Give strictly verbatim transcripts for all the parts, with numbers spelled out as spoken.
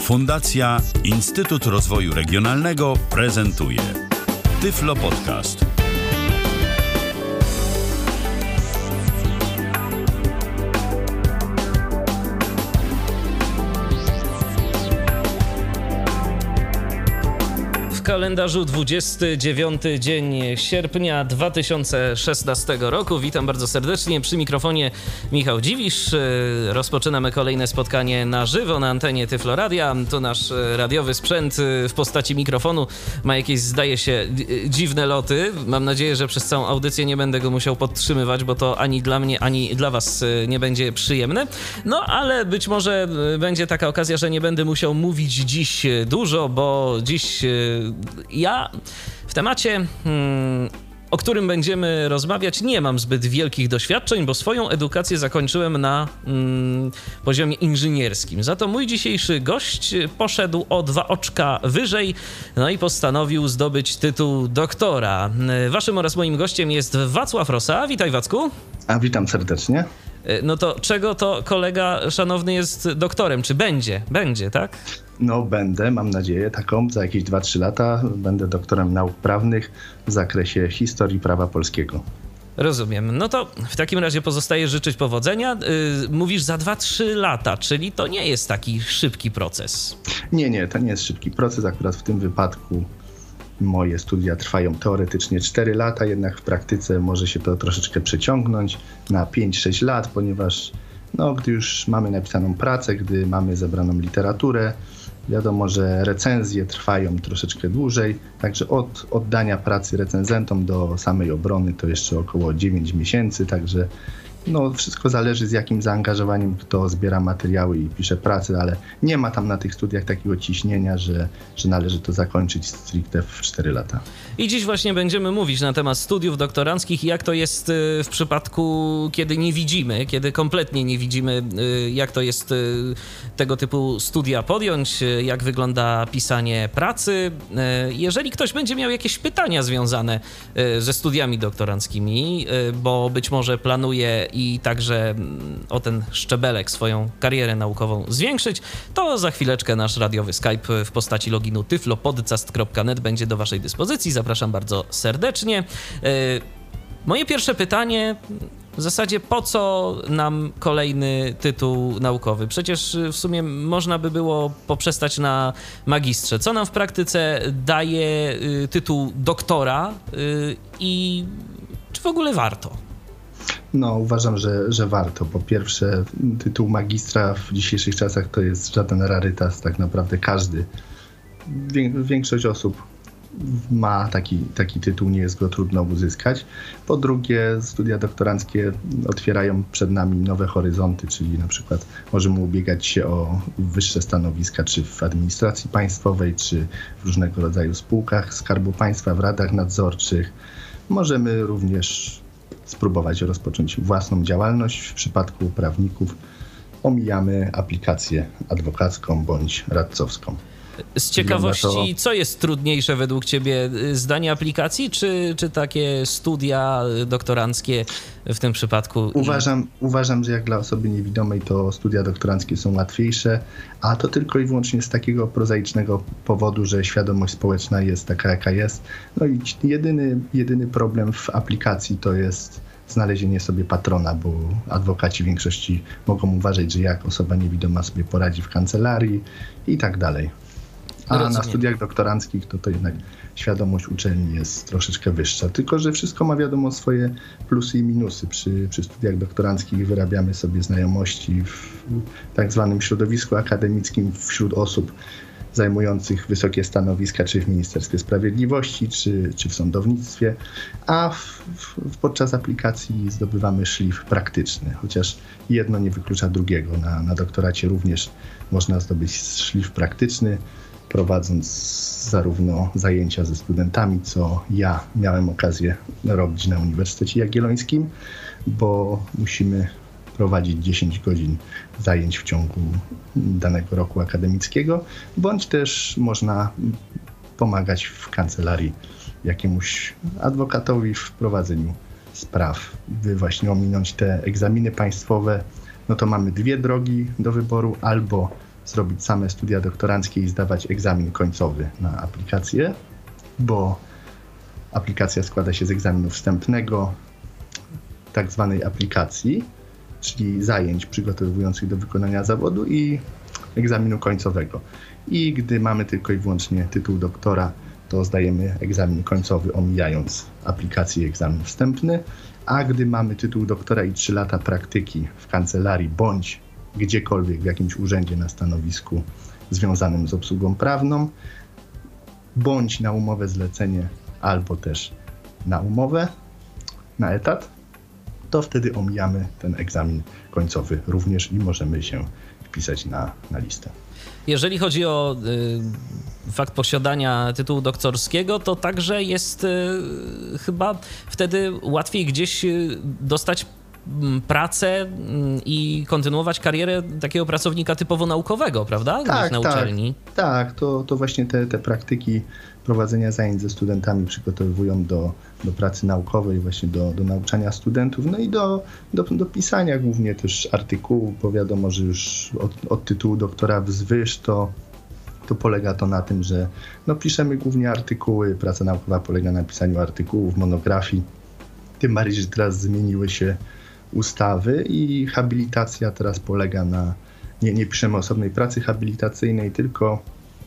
Fundacja Instytut Rozwoju Regionalnego prezentuje Tyflo Podcast. W kalendarzu dwudziesty dziewiąty dzień sierpnia dwa tysiące szesnastego roku. Witam bardzo serdecznie. Przy mikrofonie Michał Dziwisz. Rozpoczynamy kolejne spotkanie na żywo na antenie Tyflo Radia. To nasz radiowy sprzęt w postaci mikrofonu ma jakieś, zdaje się, dziwne loty. Mam nadzieję, że przez całą audycję nie będę go musiał podtrzymywać, bo to ani dla mnie, ani dla was nie będzie przyjemne. No, ale być może będzie taka okazja, że nie będę musiał mówić dziś dużo, bo dziś ja w temacie, hmm, o którym będziemy rozmawiać, nie mam zbyt wielkich doświadczeń, bo swoją edukację zakończyłem na hmm, poziomie inżynierskim. Za to mój dzisiejszy gość poszedł o dwa oczka wyżej, no i postanowił zdobyć tytuł doktora. Waszym oraz moim gościem jest Wacław Rosa. Witaj, Wacku. A witam serdecznie. No to czego to kolega szanowny jest doktorem? Czy będzie? Będzie, tak? No będę, mam nadzieję taką. Za jakieś dwa trzy lata będę doktorem nauk prawnych w zakresie historii prawa polskiego. Rozumiem. No to w takim razie pozostaje życzyć powodzenia. Yy, mówisz za dwa trzy lata, czyli to nie jest taki szybki proces. Nie, nie, to nie jest szybki proces. Akurat w tym wypadku moje studia trwają teoretycznie cztery lata, jednak w praktyce może się to troszeczkę przeciągnąć na pięć sześć lat, ponieważ no, gdy już mamy napisaną pracę, gdy mamy zebraną literaturę, wiadomo, że recenzje trwają troszeczkę dłużej, także od oddania pracy recenzentom do samej obrony to jeszcze około dziewięć miesięcy, także no, wszystko zależy, z jakim zaangażowaniem kto zbiera materiały i pisze pracę, ale nie ma tam na tych studiach takiego ciśnienia, że, że należy to zakończyć stricte w cztery lata. I dziś właśnie będziemy mówić na temat studiów doktoranckich i jak to jest w przypadku, kiedy nie widzimy, kiedy kompletnie nie widzimy, jak to jest tego typu studia podjąć, jak wygląda pisanie pracy. Jeżeli ktoś będzie miał jakieś pytania związane ze studiami doktoranckimi, bo być może planuje i także o ten szczebelek swoją karierę naukową zwiększyć, to za chwileczkę nasz radiowy Skype w postaci loginu tyflopodcast kropka net będzie do waszej dyspozycji. Zapraszam bardzo serdecznie. Moje pierwsze pytanie w zasadzie, po co nam kolejny tytuł naukowy? Przecież w sumie można by było poprzestać na magistrze. Co nam w praktyce daje tytuł doktora i czy w ogóle warto? No, uważam, że, że warto. Po pierwsze, tytuł magistra w dzisiejszych czasach to jest żaden rarytas. Tak naprawdę każdy, większość osób ma taki, taki tytuł, nie jest go trudno uzyskać. Po drugie, studia doktoranckie otwierają przed nami nowe horyzonty, czyli na przykład możemy ubiegać się o wyższe stanowiska, czy w administracji państwowej, czy w różnego rodzaju spółkach Skarbu Państwa, w radach nadzorczych. Możemy również spróbować rozpocząć własną działalność. W przypadku prawników omijamy aplikację adwokacką bądź radcowską. Z ciekawości, co jest trudniejsze według ciebie? Zdanie aplikacji, czy, czy takie studia doktoranckie w tym przypadku? Uważam, uważam, że jak dla osoby niewidomej to studia doktoranckie są łatwiejsze, a to tylko i wyłącznie z takiego prozaicznego powodu, że świadomość społeczna jest taka, jaka jest. No i jedyny, jedyny problem w aplikacji to jest znalezienie sobie patrona, bo adwokaci w większości mogą uważać, że jak osoba niewidoma sobie poradzi w kancelarii i tak dalej. A Rozumiem. Na studiach doktoranckich to, to jednak świadomość uczelni jest troszeczkę wyższa. Tylko że wszystko ma, wiadomo, swoje plusy i minusy. Przy, przy studiach doktoranckich wyrabiamy sobie znajomości w tak zwanym środowisku akademickim wśród osób zajmujących wysokie stanowiska, czy w Ministerstwie Sprawiedliwości, czy, czy w sądownictwie, a w, w, podczas aplikacji zdobywamy szlif praktyczny, chociaż jedno nie wyklucza drugiego. Na, na doktoracie również można zdobyć szlif praktyczny, prowadząc zarówno zajęcia ze studentami, co ja miałem okazję robić na Uniwersytecie Jagiellońskim, bo musimy prowadzić dziesięć godzin zajęć w ciągu danego roku akademickiego, bądź też można pomagać w kancelarii jakiemuś adwokatowi w prowadzeniu spraw, by właśnie ominąć te egzaminy państwowe. No to mamy dwie drogi do wyboru, albo zrobić same studia doktoranckie i zdawać egzamin końcowy na aplikację, bo aplikacja składa się z egzaminu wstępnego, tak zwanej aplikacji, czyli zajęć przygotowujących do wykonania zawodu i egzaminu końcowego. I gdy mamy tylko i wyłącznie tytuł doktora, to zdajemy egzamin końcowy, omijając aplikację i egzamin wstępny, a gdy mamy tytuł doktora i trzy lata praktyki w kancelarii bądź gdziekolwiek w jakimś urzędzie na stanowisku związanym z obsługą prawną, bądź na umowę zlecenie, albo też na umowę, na etat, to wtedy omijamy ten egzamin końcowy również i możemy się wpisać na, na listę. Jeżeli chodzi o y, fakt posiadania tytułu doktorskiego, to także jest y, chyba wtedy łatwiej gdzieś y, dostać pracę i kontynuować karierę takiego pracownika typowo naukowego, prawda? Tak, na tak, uczelni. Tak, to, to właśnie te, te praktyki prowadzenia zajęć ze studentami przygotowują do, do pracy naukowej, właśnie do, do nauczania studentów, no i do, do, do pisania głównie też artykułów, bo wiadomo, że już od, od tytułu doktora wzwyż to, to polega to na tym, że no, piszemy głównie artykuły, praca naukowa polega na pisaniu artykułów, monografii, tym bardziej, że teraz zmieniły się ustawy i habilitacja teraz polega na, nie, nie piszemy osobnej pracy habilitacyjnej, tylko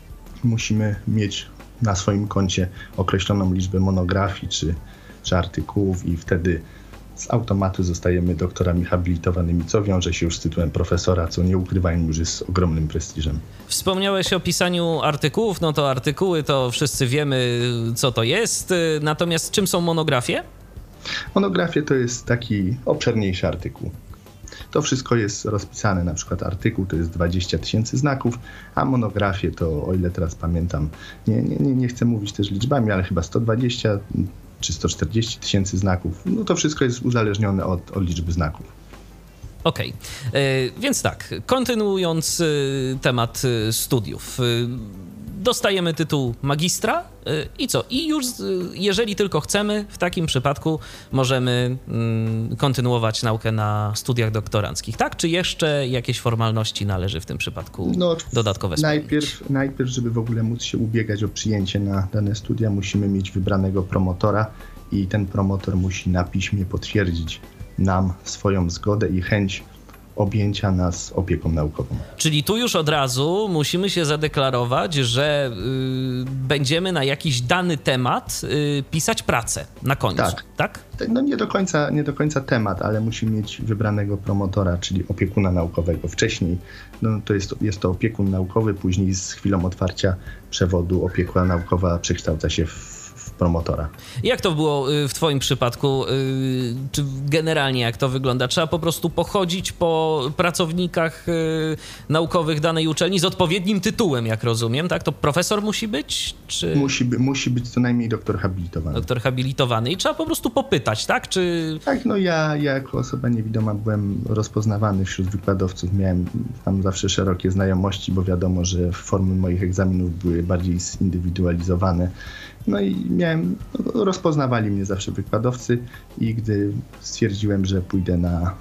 musimy mieć na swoim koncie określoną liczbę monografii czy, czy artykułów i wtedy z automatu zostajemy doktorami habilitowanymi, co wiąże się już z tytułem profesora, co nie ukrywajmy już jest ogromnym prestiżem. Wspomniałeś o pisaniu artykułów, no to artykuły to wszyscy wiemy, co to jest, natomiast czym są monografie? Monografia to jest taki obszerniejszy artykuł. To wszystko jest rozpisane, na przykład artykuł to jest dwadzieścia tysięcy znaków, a monografię to, o ile teraz pamiętam, nie, nie, nie chcę mówić też liczbami, ale chyba sto dwadzieścia czy sto czterdzieści tysięcy znaków. No to wszystko jest uzależnione od, od liczby znaków. Okej, okay. Więc tak, kontynuując temat studiów. Dostajemy tytuł magistra i co? I już, jeżeli tylko chcemy, w takim przypadku możemy kontynuować naukę na studiach doktoranckich, tak? Czy jeszcze jakieś formalności należy w tym przypadku no, dodatkowe spełnić? Najpierw, najpierw, żeby w ogóle móc się ubiegać o przyjęcie na dane studia, musimy mieć wybranego promotora i ten promotor musi na piśmie potwierdzić nam swoją zgodę i chęć objęcia nas opieką naukową. Czyli tu już od razu musimy się zadeklarować, że y, będziemy na jakiś dany temat y, pisać pracę na końcu, tak? tak? No nie do końca, nie do końca temat, ale musimy mieć wybranego promotora, czyli opiekuna naukowego. Wcześniej no, to jest, jest to opiekun naukowy, później z chwilą otwarcia przewodu opiekuna naukowa przekształca się w promotora. Jak to było w twoim przypadku? Czy generalnie jak to wygląda? Trzeba po prostu pochodzić po pracownikach naukowych danej uczelni z odpowiednim tytułem, jak rozumiem, tak? To profesor musi być? Czy... Musi, by, musi być co najmniej doktor habilitowany. Doktor habilitowany i trzeba po prostu popytać, tak? Czy... Tak, no ja, ja jako osoba niewidoma byłem rozpoznawany wśród wykładowców. Miałem tam zawsze szerokie znajomości, bo wiadomo, że formy moich egzaminów były bardziej zindywidualizowane. No i miałem, rozpoznawali mnie zawsze wykładowcy i gdy stwierdziłem, że pójdę na,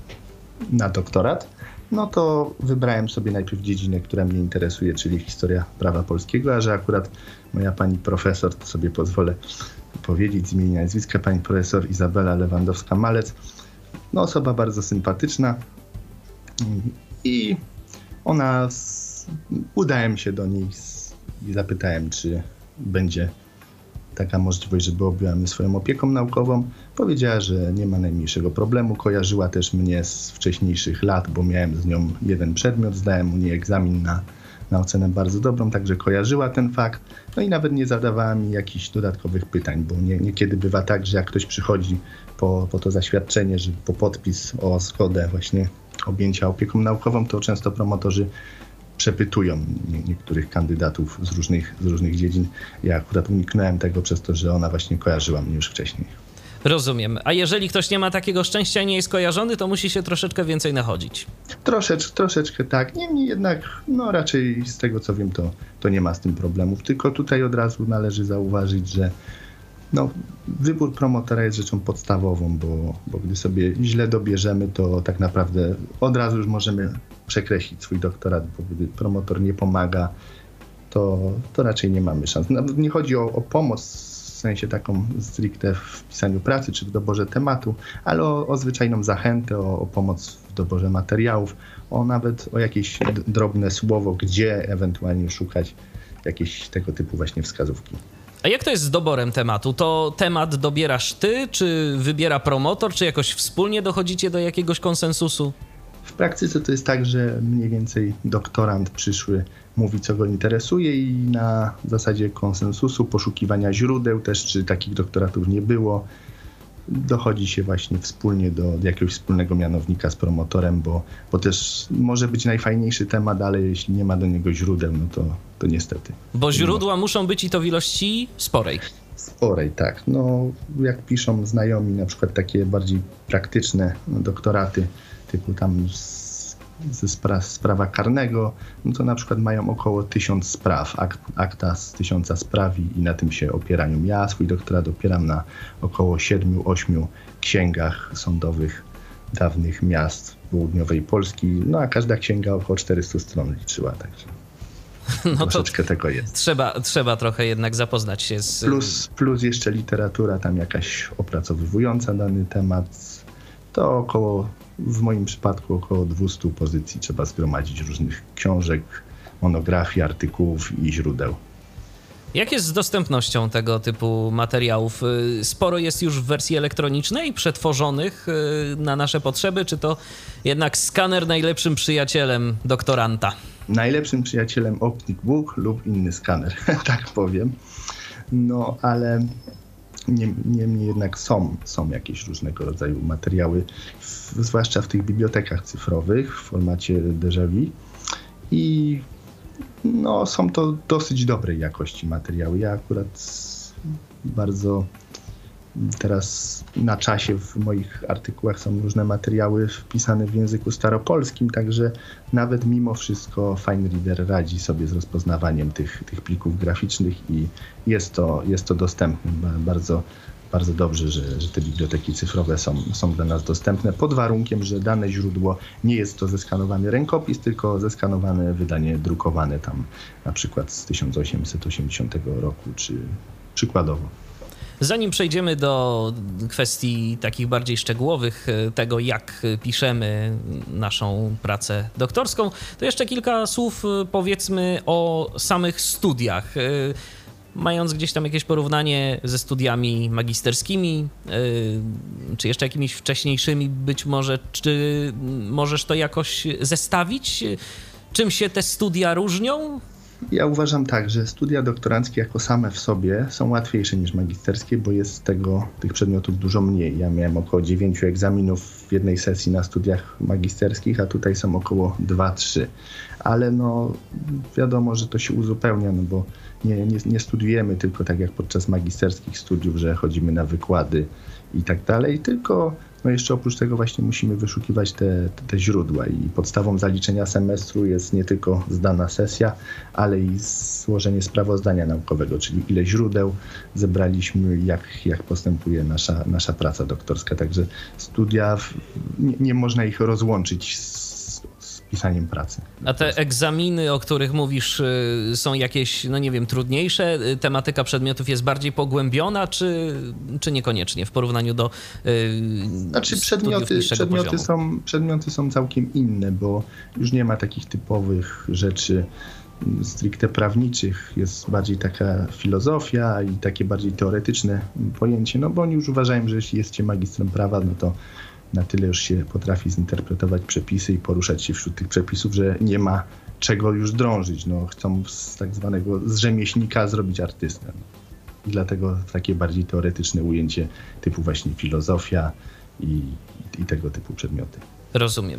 na doktorat, no to wybrałem sobie najpierw dziedzinę, która mnie interesuje, czyli historia prawa polskiego, a że akurat moja pani profesor, to sobie pozwolę powiedzieć z imienia i nazwiska, pani profesor Izabela Lewandowska-Malec, no osoba bardzo sympatyczna i ona, z, udałem się do niej z, i zapytałem, czy będzie taka możliwość, żeby objęła mnie swoją opieką naukową. Powiedziała, że nie ma najmniejszego problemu. Kojarzyła też mnie z wcześniejszych lat, bo miałem z nią jeden przedmiot, zdałem u niej egzamin na, na ocenę bardzo dobrą, także kojarzyła ten fakt. No i nawet nie zadawała mi jakichś dodatkowych pytań, bo nie, niekiedy bywa tak, że jak ktoś przychodzi po, po to zaświadczenie, że po podpis o zgodę właśnie objęcia opieką naukową, to często promotorzy przepytują niektórych kandydatów z różnych, z różnych dziedzin. Ja akurat uniknąłem tego przez to, że ona właśnie kojarzyła mnie już wcześniej. Rozumiem. A jeżeli ktoś nie ma takiego szczęścia i nie jest kojarzony, to musi się troszeczkę więcej nachodzić. Troszecz, troszeczkę tak. Niemniej jednak, no raczej z tego co wiem, to, to nie ma z tym problemów. Tylko tutaj od razu należy zauważyć, że no, wybór promotora jest rzeczą podstawową, bo, bo gdy sobie źle dobierzemy, to tak naprawdę od razu już możemy przekreślić swój doktorat, bo gdy promotor nie pomaga, to, to raczej nie mamy szans. Nawet nie chodzi o, o pomoc w sensie taką stricte w pisaniu pracy czy w doborze tematu, ale o, o zwyczajną zachętę, o, o pomoc w doborze materiałów, o nawet o jakieś d- drobne słowo, gdzie ewentualnie szukać jakieś tego typu właśnie wskazówki. A jak to jest z doborem tematu? To temat dobierasz ty, czy wybiera promotor, czy jakoś wspólnie dochodzicie do jakiegoś konsensusu? W praktyce to jest tak, że mniej więcej doktorant przyszły mówi, co go interesuje i na zasadzie konsensusu, poszukiwania źródeł też, czy takich doktoratów nie było, dochodzi się właśnie wspólnie do jakiegoś wspólnego mianownika z promotorem, bo, bo też może być najfajniejszy temat, ale jeśli nie ma do niego źródeł, no to, to niestety. Bo źródła muszą być i to w ilości sporej. Sporej, tak. No, jak piszą znajomi, na przykład takie bardziej praktyczne doktoraty, typu tam z, ze spra- z prawa karnego, no to na przykład mają około tysiąc spraw, akt, akta z tysiąca spraw i na tym się opierają. Ja swój doktorat opieram na około siedmiu, ośmiu księgach sądowych dawnych miast południowej Polski, no a każda księga około czterysta stron liczyła, także no troszeczkę to tego jest. Trzeba, trzeba trochę jednak zapoznać się z... Plus, plus jeszcze literatura tam jakaś opracowywująca dany temat, to około, w moim przypadku około dwieście pozycji trzeba zgromadzić różnych książek, monografii, artykułów i źródeł. Jak jest z dostępnością tego typu materiałów? Sporo jest już w wersji elektronicznej, przetworzonych na nasze potrzeby, czy to jednak skaner najlepszym przyjacielem doktoranta? Najlepszym przyjacielem Optic Book lub inny skaner, tak powiem. No, ale niemniej jednak są, są jakieś różnego rodzaju materiały, w, zwłaszcza w tych bibliotekach cyfrowych w formacie déjà vu. I no, są to dosyć dobrej jakości materiały. Ja akurat bardzo teraz na czasie w moich artykułach są różne materiały wpisane w języku staropolskim, także nawet mimo wszystko FineReader radzi sobie z rozpoznawaniem tych, tych plików graficznych i jest to, jest to dostępne. Bardzo, bardzo dobrze, że, że te biblioteki cyfrowe są, są dla nas dostępne, pod warunkiem, że dane źródło nie jest to zeskanowany rękopis, tylko zeskanowane wydanie drukowane tam na przykład z tysiąc osiemset osiemdziesiątego roku, czy przykładowo. Zanim przejdziemy do kwestii takich bardziej szczegółowych, tego jak piszemy naszą pracę doktorską, to jeszcze kilka słów powiedzmy o samych studiach. Mając gdzieś tam jakieś porównanie ze studiami magisterskimi, czy jeszcze jakimiś wcześniejszymi być może, czy możesz to jakoś zestawić? Czym się te studia różnią? Ja uważam tak, że studia doktoranckie jako same w sobie są łatwiejsze niż magisterskie, bo jest tego, tych przedmiotów dużo mniej. Ja miałem około dziewięciu egzaminów w jednej sesji na studiach magisterskich, a tutaj są około dwa trzy. Ale no wiadomo, że to się uzupełnia, no bo nie, nie, nie studiujemy tylko tak jak podczas magisterskich studiów, że chodzimy na wykłady i tak dalej, tylko no jeszcze oprócz tego właśnie musimy wyszukiwać te, te, te źródła i podstawą zaliczenia semestru jest nie tylko zdana sesja, ale i złożenie sprawozdania naukowego, czyli ile źródeł zebraliśmy, jak, jak postępuje nasza, nasza praca doktorska. Także studia, nie, nie można ich rozłączyć z pisaniem pracy. A te egzaminy, o których mówisz, są jakieś, no nie wiem, trudniejsze? Tematyka przedmiotów jest bardziej pogłębiona, czy, czy niekoniecznie w porównaniu do yy, Znaczy przedmioty, przedmioty, są, przedmioty są całkiem inne, bo już nie ma takich typowych rzeczy stricte prawniczych. Jest bardziej taka filozofia i takie bardziej teoretyczne pojęcie, no bo oni już uważają, że jeśli jest się magistrem prawa, no to na tyle już się potrafi zinterpretować przepisy i poruszać się wśród tych przepisów, że nie ma czego już drążyć. No, chcą z tak zwanego z rzemieślnika zrobić artystę. I dlatego takie bardziej teoretyczne ujęcie typu właśnie filozofia i, i tego typu przedmioty. Rozumiem.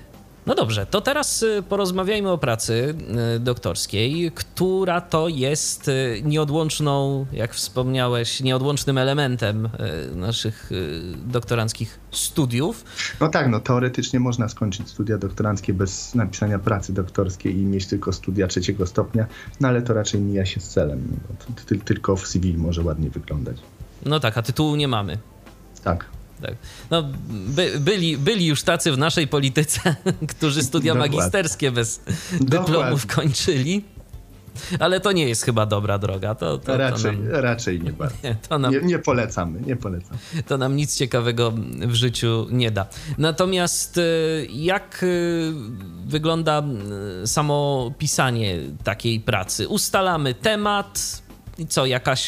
No dobrze, to teraz porozmawiajmy o pracy doktorskiej, która to jest nieodłączną, jak wspomniałeś, nieodłącznym elementem naszych doktoranckich studiów. No tak, no teoretycznie można skończyć studia doktoranckie bez napisania pracy doktorskiej i mieć tylko studia trzeciego stopnia, no ale to raczej mija się z celem. No, to, to, tylko w C V może ładnie wyglądać. No tak, a tytułu nie mamy. Tak. tak. No, by, byli, byli już tacy w naszej polityce, którzy studia Dokładnie. magisterskie bez dyplomów Dokładnie. kończyli. Ale to nie jest chyba dobra droga. To, to, raczej, to nam, raczej nie bardzo. Nie, to nam, nie, nie polecamy, nie polecam. To nam nic ciekawego w życiu nie da. Natomiast jak wygląda samo pisanie takiej pracy? Ustalamy temat i co, jakaś...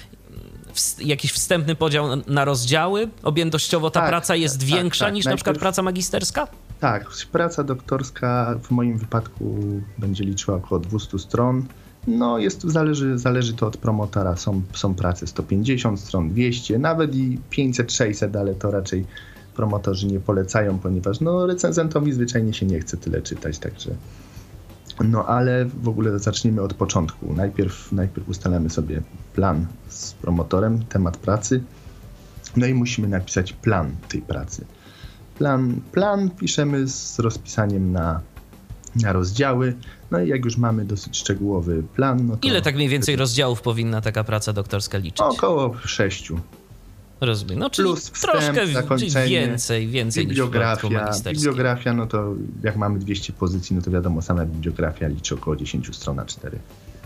jakiś wstępny podział na rozdziały? Objętościowo ta tak, praca jest tak, większa tak, niż najpierw... na przykład praca magisterska? Tak, praca doktorska w moim wypadku będzie liczyła około dwieście stron. No jest, zależy, zależy to od promotora. Są, są prace sto pięćdziesiąt stron, dwieście, nawet i pięćset sześćset, ale to raczej promotorzy nie polecają, ponieważ no, recenzentowi zwyczajnie się nie chce tyle czytać, także... No ale w ogóle zacznijmy od początku. Najpierw, najpierw ustalamy sobie plan z promotorem, temat pracy, no i musimy napisać plan tej pracy. Plan, plan piszemy z rozpisaniem na, na rozdziały, no i jak już mamy dosyć szczegółowy plan... No to ile tak mniej więcej rozdziałów powinna taka praca doktorska liczyć? Około sześciu. Rozumiem. No, czyli plus wstęp, troszkę więcej, więcej bibliografia, niż w przypadku magisterskim. Bibliografia, no to jak mamy dwieście pozycji, no to wiadomo, sama bibliografia liczy około dziesięć stron na cztery.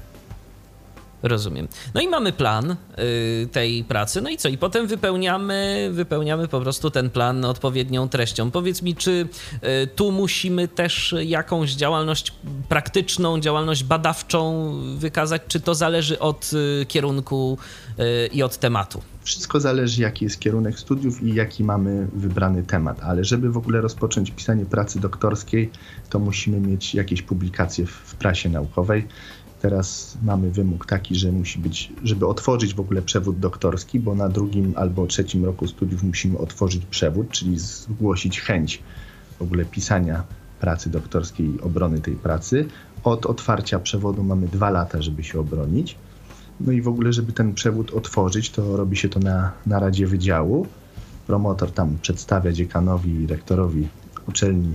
Rozumiem. No i mamy plan y, tej pracy, no i co? I potem wypełniamy, wypełniamy po prostu ten plan odpowiednią treścią. Powiedz mi, czy y, tu musimy też jakąś działalność praktyczną, działalność badawczą wykazać, czy to zależy od y, kierunku y, i od tematu? Wszystko zależy, jaki jest kierunek studiów i jaki mamy wybrany temat, ale żeby w ogóle rozpocząć pisanie pracy doktorskiej, to musimy mieć jakieś publikacje w prasie naukowej. Teraz mamy wymóg taki, że musi być, żeby otworzyć w ogóle przewód doktorski, bo na drugim albo trzecim roku studiów musimy otworzyć przewód, czyli zgłosić chęć w ogóle pisania pracy doktorskiej i obrony tej pracy. Od otwarcia przewodu mamy dwa lata, żeby się obronić. No i w ogóle, żeby ten przewód otworzyć, to robi się to na, na Radzie Wydziału. Promotor tam przedstawia dziekanowi i rektorowi uczelni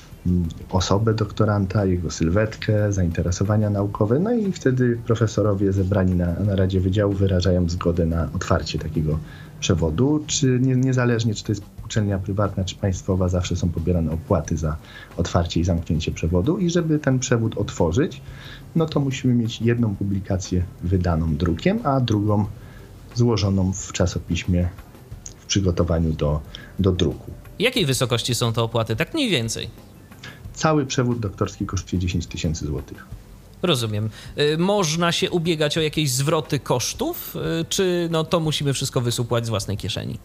osobę doktoranta, jego sylwetkę, zainteresowania naukowe, no i wtedy profesorowie zebrani na, na Radzie Wydziału wyrażają zgodę na otwarcie takiego przewodu, czy nie, niezależnie czy to jest uczelnia prywatna, czy państwowa, zawsze są pobierane opłaty za otwarcie i zamknięcie przewodu i żeby ten przewód otworzyć, no to musimy mieć jedną publikację wydaną drukiem, a drugą złożoną w czasopiśmie w przygotowaniu do, do druku. Jakiej wysokości są te opłaty? Tak mniej więcej. Cały przewód doktorski kosztuje dziesięć tysięcy złotych. Rozumiem. Y, można się ubiegać o jakieś zwroty kosztów, y, czy no to musimy wszystko wysupłać z własnej kieszeni?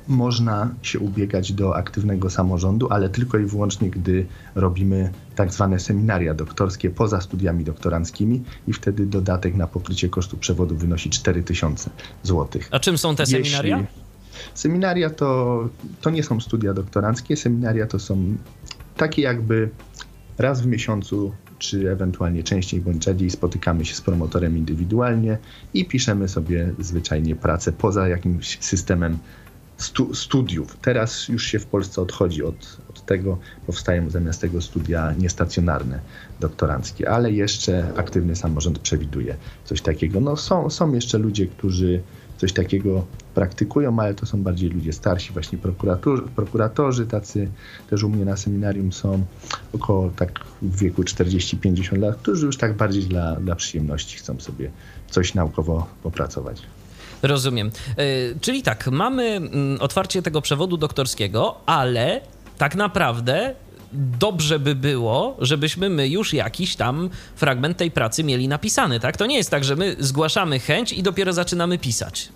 Można się ubiegać do aktywnego samorządu, ale tylko i wyłącznie, gdy robimy tak zwane seminaria doktorskie poza studiami doktoranckimi i wtedy dodatek na pokrycie kosztu przewodu wynosi cztery tysiące złotych. A czym są te seminaria? Jeśli... Seminaria to, to nie są studia doktoranckie, seminaria to są takie jakby raz w miesiącu, czy ewentualnie częściej bądź rzadziej spotykamy się z promotorem indywidualnie i piszemy sobie zwyczajnie pracę poza jakimś systemem stu, studiów. Teraz już się w Polsce odchodzi od, od tego, powstają zamiast tego studia niestacjonarne doktoranckie, ale jeszcze aktywny samorząd przewiduje coś takiego. No są, są jeszcze ludzie, którzy coś takiego praktykują, ale to są bardziej ludzie starsi, właśnie prokuratorzy, prokuratorzy tacy też u mnie na seminarium są około tak w wieku czterdzieści pięćdziesiąt lat, którzy już tak bardziej dla, dla przyjemności chcą sobie coś naukowo popracować. Rozumiem. Yy, czyli tak, mamy mm, otwarcie tego przewodu doktorskiego, ale tak naprawdę dobrze by było, żebyśmy my już jakiś tam fragment tej pracy mieli napisany, tak? To nie jest tak, że my zgłaszamy chęć i dopiero zaczynamy pisać.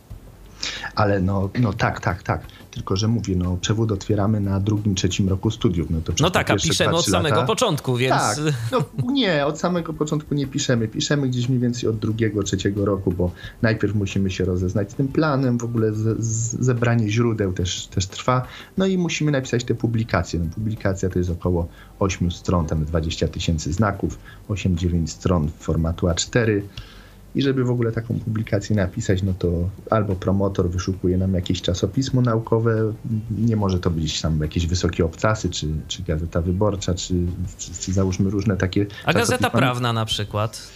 Ale no, no tak, tak, tak. Tylko, że mówię, no przewód otwieramy na drugim, trzecim roku studiów. No, to no tak, a piszemy od samego lata. początku, więc... Tak, no nie, od samego początku nie piszemy. Piszemy gdzieś mniej więcej od drugiego, trzeciego roku, bo najpierw musimy się rozeznać z tym planem, w ogóle z, z, zebranie źródeł też, też trwa. No i musimy napisać te publikacje. No, publikacja to jest około ośmiu stron, tam dwadzieścia tysięcy znaków, osiem dziewięć stron formatu A cztery. I żeby w ogóle taką publikację napisać, no to albo promotor wyszukuje nam jakieś czasopismo naukowe, nie może to być tam jakieś wysokie obcasy, czy, czy Gazeta Wyborcza, czy, czy, czy załóżmy różne takie... A Gazeta Prawna na przykład?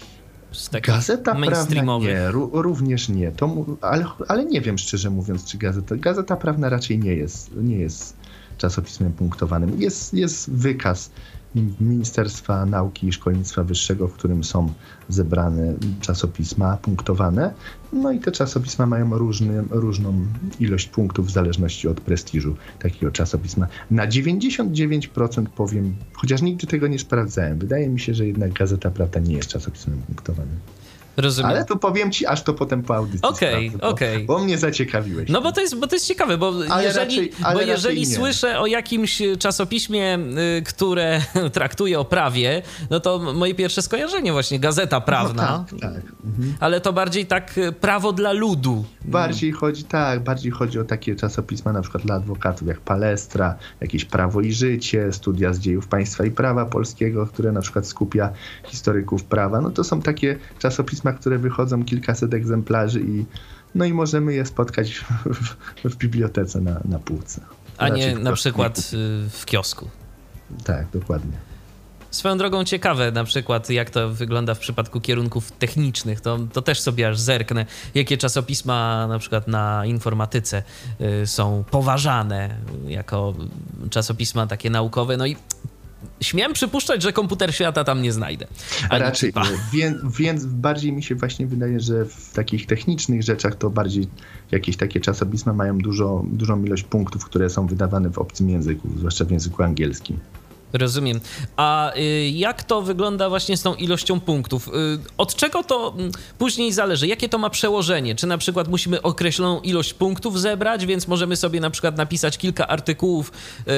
z takich Gazeta mainstreamowych? Prawna nie, ró- również nie. To mu, ale, ale nie wiem szczerze mówiąc, czy Gazeta... Gazeta Prawna raczej nie jest, nie jest czasopismem punktowanym. Jest, jest wykaz Ministerstwa Nauki i Szkolnictwa Wyższego, w którym są zebrane czasopisma punktowane. No i te czasopisma mają różny, różną ilość punktów w zależności od prestiżu takiego czasopisma. Na dziewięćdziesiąt dziewięć procent powiem, chociaż nigdy tego nie sprawdzałem, wydaje mi się, że jednak Gazeta Prawna nie jest czasopismem punktowanym. Rozumiem. Ale to powiem ci, aż to potem po audycji Okej, sprawdzę, okej. Bo, bo mnie zaciekawiłeś. No bo to jest, bo to jest ciekawe, bo Ale jeżeli, raczej- ale bo jeżeli raczej nie. słyszę o jakimś czasopiśmie, y, które traktuje o prawie, no to moje pierwsze skojarzenie właśnie Gazeta Prawna, No tak, tak. Mhm. ale to bardziej tak y, prawo dla ludu. Bardziej chodzi, tak, bardziej chodzi o takie czasopisma na przykład dla adwokatów jak Palestra, jakieś Prawo i Życie, Studia z dziejów państwa i prawa polskiego, które na przykład skupia historyków prawa. No to są takie czasopisma, które wychodzą kilkaset egzemplarzy i no i możemy je spotkać w, w, w bibliotece na, na półce. A Raczej nie w na kiosku przykład nie y, w kiosku. kupię. Tak, dokładnie. Swoją drogą ciekawe na przykład, jak to wygląda w przypadku kierunków technicznych, to, to też sobie aż zerknę, jakie czasopisma na przykład na informatyce y, są poważane jako czasopisma takie naukowe, no i śmiem przypuszczać, że Komputer Świata tam nie znajdę. Ani Raczej typa. nie. Więc, więc bardziej mi się właśnie wydaje, że w takich technicznych rzeczach to bardziej jakieś takie czasopisma mają dużo, dużą ilość punktów, które są wydawane w obcym języku, zwłaszcza w języku angielskim. Rozumiem. A y, jak to wygląda właśnie z tą ilością punktów? Y, od czego to mm, później zależy? Jakie to ma przełożenie? Czy na przykład musimy określoną ilość punktów zebrać, więc możemy sobie na przykład napisać kilka artykułów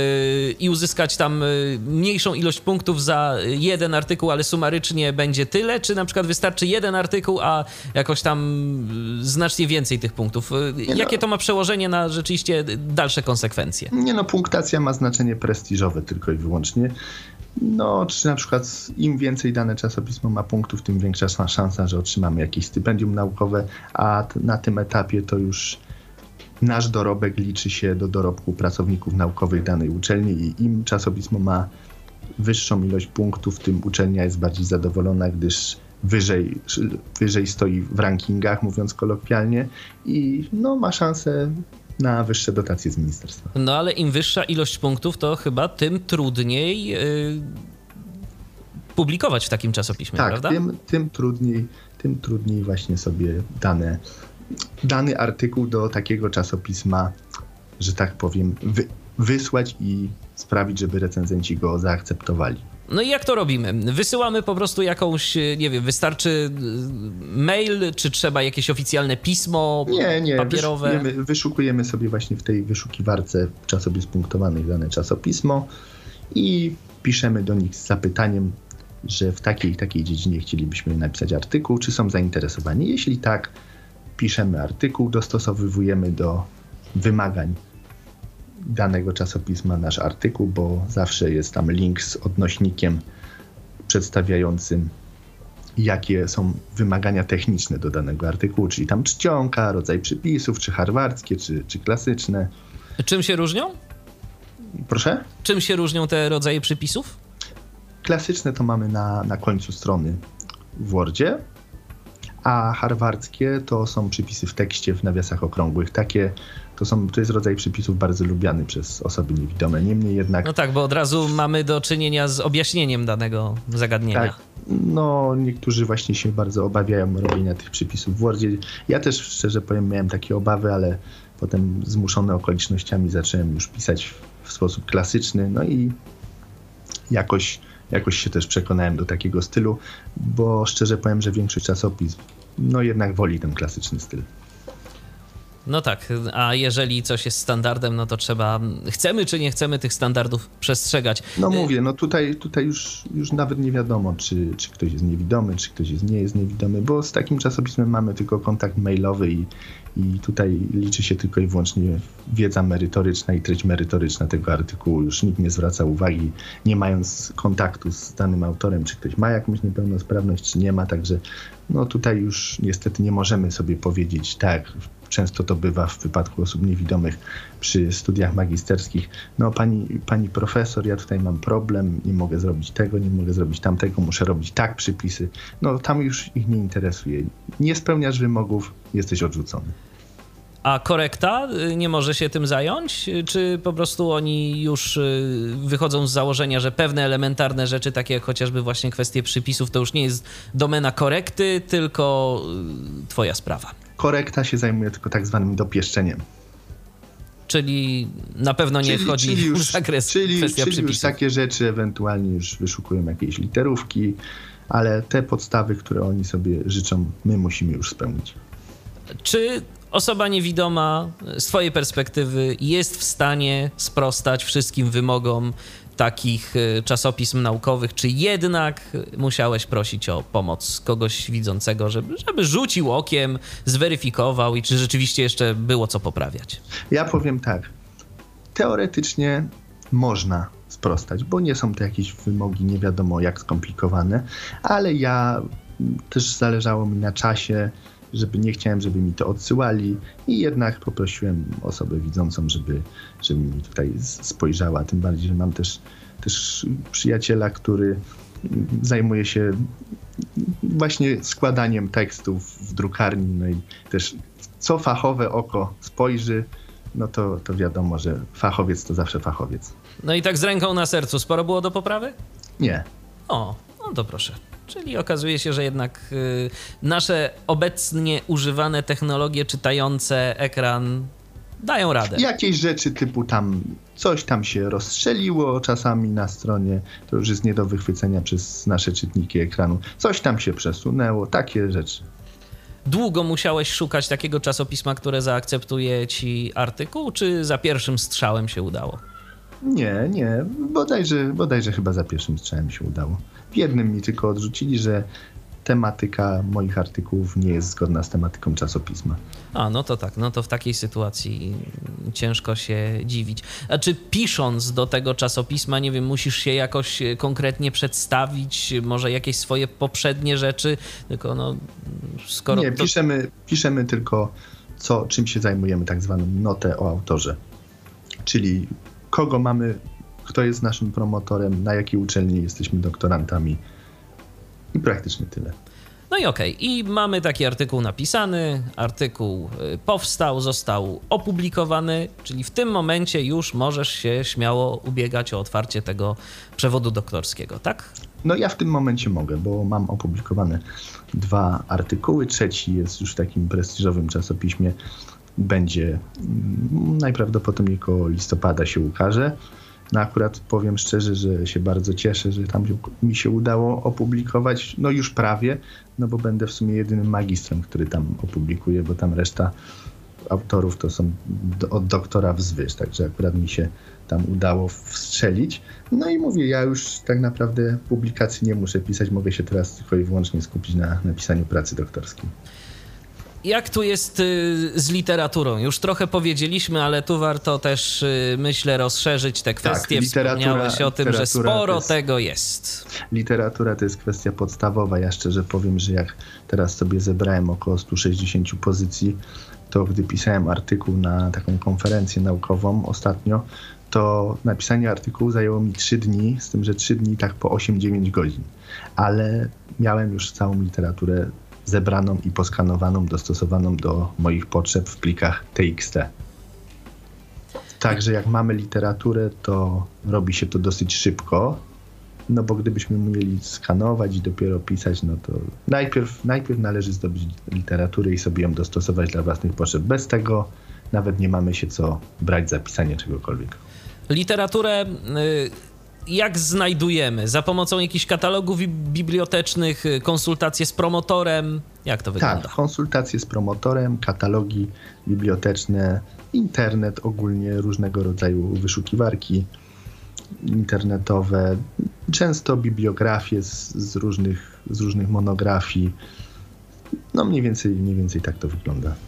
y, i uzyskać tam y, mniejszą ilość punktów za jeden artykuł, ale sumarycznie będzie tyle? Czy na przykład wystarczy jeden artykuł, a jakoś tam y, znacznie więcej tych punktów? Y, jakie no. to ma przełożenie na rzeczywiście dalsze konsekwencje? Nie no, punktacja ma znaczenie prestiżowe tylko i wyłącznie. No, czy na przykład im więcej dane czasopismo ma punktów, tym większa szansa, że otrzymamy jakieś stypendium naukowe, a t- na tym etapie to już nasz dorobek liczy się do dorobku pracowników naukowych danej uczelni i im czasopismo ma wyższą ilość punktów, tym uczelnia jest bardziej zadowolona, gdyż wyżej, wyżej stoi w rankingach, mówiąc kolokwialnie, i no, ma szansę na wyższe dotacje z ministerstwa. No ale im wyższa ilość punktów, to chyba tym trudniej yy, publikować w takim czasopiśmie, tak, prawda? Tym, tym trudniej, tym trudniej właśnie sobie dane, dany artykuł do takiego czasopisma, że tak powiem, wy, wysłać i sprawić, żeby recenzenci go zaakceptowali. No i jak to robimy? Wysyłamy po prostu jakąś, nie wiem, wystarczy mail, czy trzeba jakieś oficjalne pismo Nie, nie, papierowe? Wyszukujemy, wyszukujemy sobie właśnie w tej wyszukiwarce czasopism punktowanych dane czasopismo i piszemy do nich z zapytaniem, że w takiej i takiej dziedzinie chcielibyśmy napisać artykuł, czy są zainteresowani. Jeśli tak, piszemy artykuł, dostosowujemy do wymagań danego czasopisma nasz artykuł, bo zawsze jest tam link z odnośnikiem przedstawiającym, jakie są wymagania techniczne do danego artykułu, czyli tam czcionka, rodzaj przypisów, czy harwardzkie, czy, czy klasyczne. Czym się różnią? Proszę? Czym się różnią te rodzaje przypisów? Klasyczne to mamy na, na końcu strony w Wordzie, a harwardzkie to są przypisy w tekście, w nawiasach okrągłych. Takie to, są, to jest rodzaj przypisów bardzo lubiany przez osoby niewidome. Niemniej jednak... No tak, bo od razu mamy do czynienia z objaśnieniem danego zagadnienia. Tak, no niektórzy właśnie się bardzo obawiają robienia tych przypisów w Wordzie. Ja też szczerze powiem miałem takie obawy, ale potem zmuszony okolicznościami zacząłem już pisać w sposób klasyczny, no i jakoś, jakoś się też przekonałem do takiego stylu, bo szczerze powiem, że większość czasopism no jednak woli ten klasyczny styl. No tak, a jeżeli coś jest standardem, no to trzeba, chcemy czy nie chcemy tych standardów przestrzegać. No mówię, no tutaj, tutaj już, już nawet nie wiadomo, czy, czy ktoś jest niewidomy, czy ktoś jest, nie jest niewidomy, bo z takim czasopismem mamy tylko kontakt mailowy i, i tutaj liczy się tylko i wyłącznie wiedza merytoryczna i treść merytoryczna tego artykułu. Już nikt nie zwraca uwagi, nie mając kontaktu z danym autorem, czy ktoś ma jakąś niepełnosprawność, czy nie ma, także no tutaj już niestety nie możemy sobie powiedzieć, tak, często to bywa w wypadku osób niewidomych przy studiach magisterskich. No pani, pani profesor, ja tutaj mam problem, nie mogę zrobić tego, nie mogę zrobić tamtego, muszę robić tak przypisy. No tam już ich nie interesuje. Nie spełniasz wymogów, jesteś odrzucony. A korekta nie może się tym zająć? Czy po prostu oni już wychodzą z założenia, że pewne elementarne rzeczy, takie jak chociażby właśnie kwestie przypisów, to już nie jest domena korekty, tylko twoja sprawa? Korekta się zajmuje tylko tak zwanym dopieszczeniem. Czyli na pewno nie czyli, wchodzi czyli już, w zakres czyli, kwestia czyli przypisów. już takie rzeczy ewentualnie już wyszukują jakieś literówki, ale te podstawy, które oni sobie życzą, my musimy już spełnić. Czy osoba niewidoma z twojej perspektywy jest w stanie sprostać wszystkim wymogom takich czasopism naukowych, czy jednak musiałeś prosić o pomoc kogoś widzącego, żeby, żeby rzucił okiem, zweryfikował i czy rzeczywiście jeszcze było co poprawiać? Ja powiem tak, teoretycznie można sprostać, bo nie są to jakieś wymogi nie wiadomo jak skomplikowane, ale ja też zależało mi na czasie, żeby nie chciałem, żeby mi to odsyłali i jednak poprosiłem osobę widzącą, żeby, żeby mi tutaj spojrzała. Tym bardziej, że mam też, też przyjaciela, który zajmuje się właśnie składaniem tekstów w drukarni, no i też co fachowe oko spojrzy, no to, to wiadomo, że fachowiec to zawsze fachowiec. No i tak z ręką na sercu, sporo było do poprawy? Nie. O, no to proszę. Czyli okazuje się, że jednak y, nasze obecnie używane technologie czytające ekran dają radę. Jakieś rzeczy typu tam coś tam się rozstrzeliło czasami na stronie, to już jest nie do wychwycenia przez nasze czytniki ekranu. Coś tam się przesunęło, takie rzeczy. Długo musiałeś szukać takiego czasopisma, które zaakceptuje ci artykuł, czy za pierwszym strzałem się udało? Nie, nie, bodajże, bodajże chyba za pierwszym strzałem się udało. W jednym mi tylko odrzucili, że tematyka moich artykułów nie jest zgodna z tematyką czasopisma. A, no to tak, no to w takiej sytuacji ciężko się dziwić. A czy pisząc do tego czasopisma, nie wiem, musisz się jakoś konkretnie przedstawić, może jakieś swoje poprzednie rzeczy, tylko no skoro... Nie, to... piszemy, piszemy tylko co, czym się zajmujemy, tak zwaną notę o autorze. Czyli kogo mamy, kto jest naszym promotorem, na jakiej uczelni jesteśmy doktorantami i praktycznie tyle. No i okej, okay. I mamy taki artykuł napisany, artykuł powstał, został opublikowany, czyli w tym momencie już możesz się śmiało ubiegać o otwarcie tego przewodu doktorskiego, tak? No ja w tym momencie mogę, bo mam opublikowane dwa artykuły, trzeci jest już w takim prestiżowym czasopiśmie, będzie najprawdopodobniej koło listopada się ukaże. No akurat powiem szczerze, że się bardzo cieszę, że tam mi się udało opublikować, no już prawie, no bo będę w sumie jedynym magistrem, który tam opublikuje, bo tam reszta autorów to są do, od doktora wzwyż, także akurat mi się tam udało wstrzelić. No i mówię, ja już tak naprawdę publikacji nie muszę pisać, mogę się teraz tylko i wyłącznie skupić na napisaniu pracy doktorskiej. Jak tu jest z literaturą? Już trochę powiedzieliśmy, ale tu warto też, myślę, rozszerzyć te kwestie. Tak, wspomniałeś o tym, że sporo jest, tego jest. Literatura to jest kwestia podstawowa. Ja szczerze powiem, że jak teraz sobie zebrałem około sto sześćdziesiąt pozycji, to gdy pisałem artykuł na taką konferencję naukową ostatnio, to napisanie artykułu zajęło mi trzy dni, z tym, że trzy dni tak po osiem dziewięć godzin. Ale miałem już całą literaturę zebraną i poskanowaną, dostosowaną do moich potrzeb w plikach T X T. Także jak mamy literaturę, to robi się to dosyć szybko, no bo gdybyśmy mieli skanować i dopiero pisać, no to najpierw, najpierw należy zdobyć literaturę i sobie ją dostosować dla własnych potrzeb. Bez tego nawet nie mamy się co brać za pisanie czegokolwiek. Literaturę... Y- Jak znajdujemy? Za pomocą jakichś katalogów bibliotecznych, konsultacje z promotorem? Jak to wygląda? Tak, konsultacje z promotorem, katalogi biblioteczne, internet ogólnie, różnego rodzaju wyszukiwarki internetowe, często bibliografie z, z, różnych, z różnych monografii. No mniej więcej, mniej więcej tak to wygląda.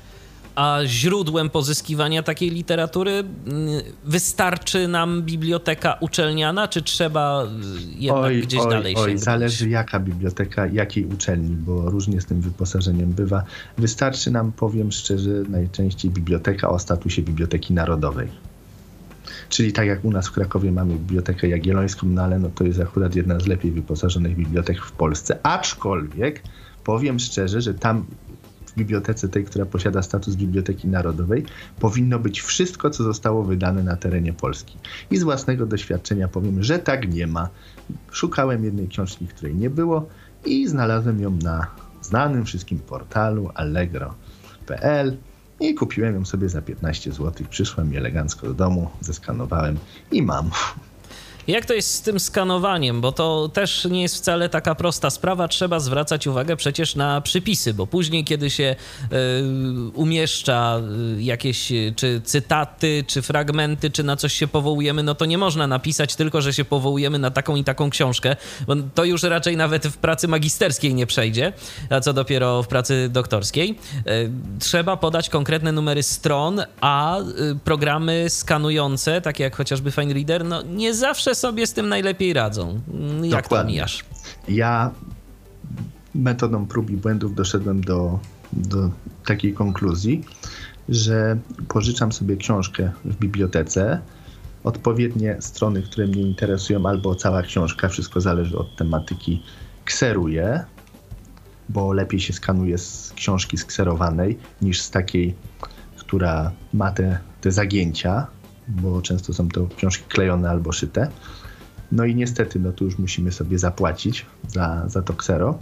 A źródłem pozyskiwania takiej literatury wystarczy nam biblioteka uczelniana, czy trzeba jednak oj, gdzieś oj, dalej oj, sięgnąć? Zależy jaka biblioteka, jakiej uczelni, bo różnie z tym wyposażeniem bywa. Wystarczy nam, powiem szczerze, najczęściej biblioteka o statusie Biblioteki Narodowej. Czyli tak jak u nas w Krakowie mamy Bibliotekę Jagiellońską, no ale no to jest akurat jedna z lepiej wyposażonych bibliotek w Polsce. Aczkolwiek powiem szczerze, że tam w bibliotece tej, która posiada status Biblioteki Narodowej, powinno być wszystko, co zostało wydane na terenie Polski. I z własnego doświadczenia powiem, że tak nie ma. Szukałem jednej książki, której nie było i znalazłem ją na znanym wszystkim portalu allegro kropka p l i kupiłem ją sobie za piętnaście złotych. Przyszła mi elegancko do domu, zeskanowałem i mam. Jak to jest z tym skanowaniem? Bo to też nie jest wcale taka prosta sprawa. Trzeba zwracać uwagę przecież na przypisy, bo później, kiedy się y, umieszcza y, jakieś czy cytaty, czy fragmenty, czy na coś się powołujemy, no to nie można napisać tylko, że się powołujemy na taką i taką książkę, bo to już raczej nawet w pracy magisterskiej nie przejdzie, a co dopiero w pracy doktorskiej. Y, trzeba podać konkretne numery stron, a y, programy skanujące, takie jak chociażby FineReader, no nie zawsze sobie z tym najlepiej radzą. Jak to mijasz? Ja metodą prób i błędów doszedłem do, do takiej konkluzji, że pożyczam sobie książkę w bibliotece, odpowiednie strony, które mnie interesują, albo cała książka, wszystko zależy od tematyki, kseruję, bo lepiej się skanuje z książki skserowanej niż z takiej, która ma te, te zagięcia, bo często są to książki klejone albo szyte. No i niestety, no tu już musimy sobie zapłacić za, za to ksero.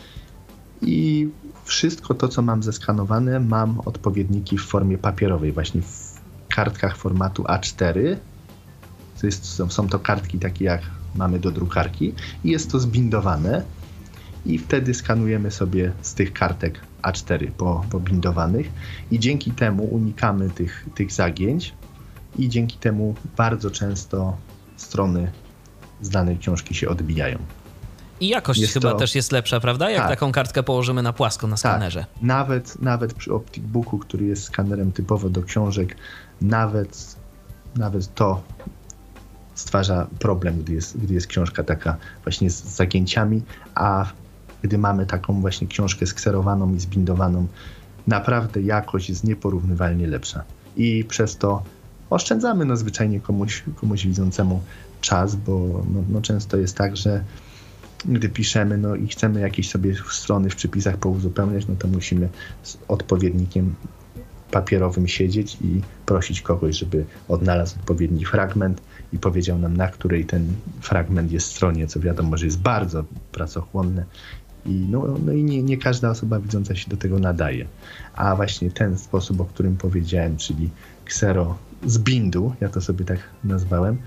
I wszystko to, co mam zeskanowane, mam odpowiedniki w formie papierowej, właśnie w kartkach formatu A cztery. To jest, są, są to kartki takie, jak mamy do drukarki i jest to zbindowane i wtedy skanujemy sobie z tych kartek A cztery po, pobindowanych i dzięki temu unikamy tych, tych zagięć. I dzięki temu bardzo często strony z danej książki się odbijają. I jakość jest chyba to... też jest lepsza, prawda? Jak tak. taką kartkę położymy na płasko na skanerze. Tak. Nawet, nawet przy OpticBooku, który jest skanerem typowo do książek, nawet, nawet to stwarza problem, gdy jest, gdy jest książka taka właśnie z zagięciami, a gdy mamy taką właśnie książkę skserowaną i zbindowaną, naprawdę jakość jest nieporównywalnie lepsza. I przez to oszczędzamy no zwyczajnie komuś, komuś widzącemu czas, bo no, no często jest tak, że gdy piszemy no i chcemy jakieś sobie strony w przypisach pouzupełniać, no to musimy z odpowiednikiem papierowym siedzieć i prosić kogoś, żeby odnalazł odpowiedni fragment i powiedział nam, na której ten fragment jest stronie, co wiadomo, że jest bardzo pracochłonne. I, no, no i nie, nie każda osoba widząca się do tego nadaje. A właśnie ten sposób, o którym powiedziałem, czyli ksero z bindu, ja to sobie tak nazwałem,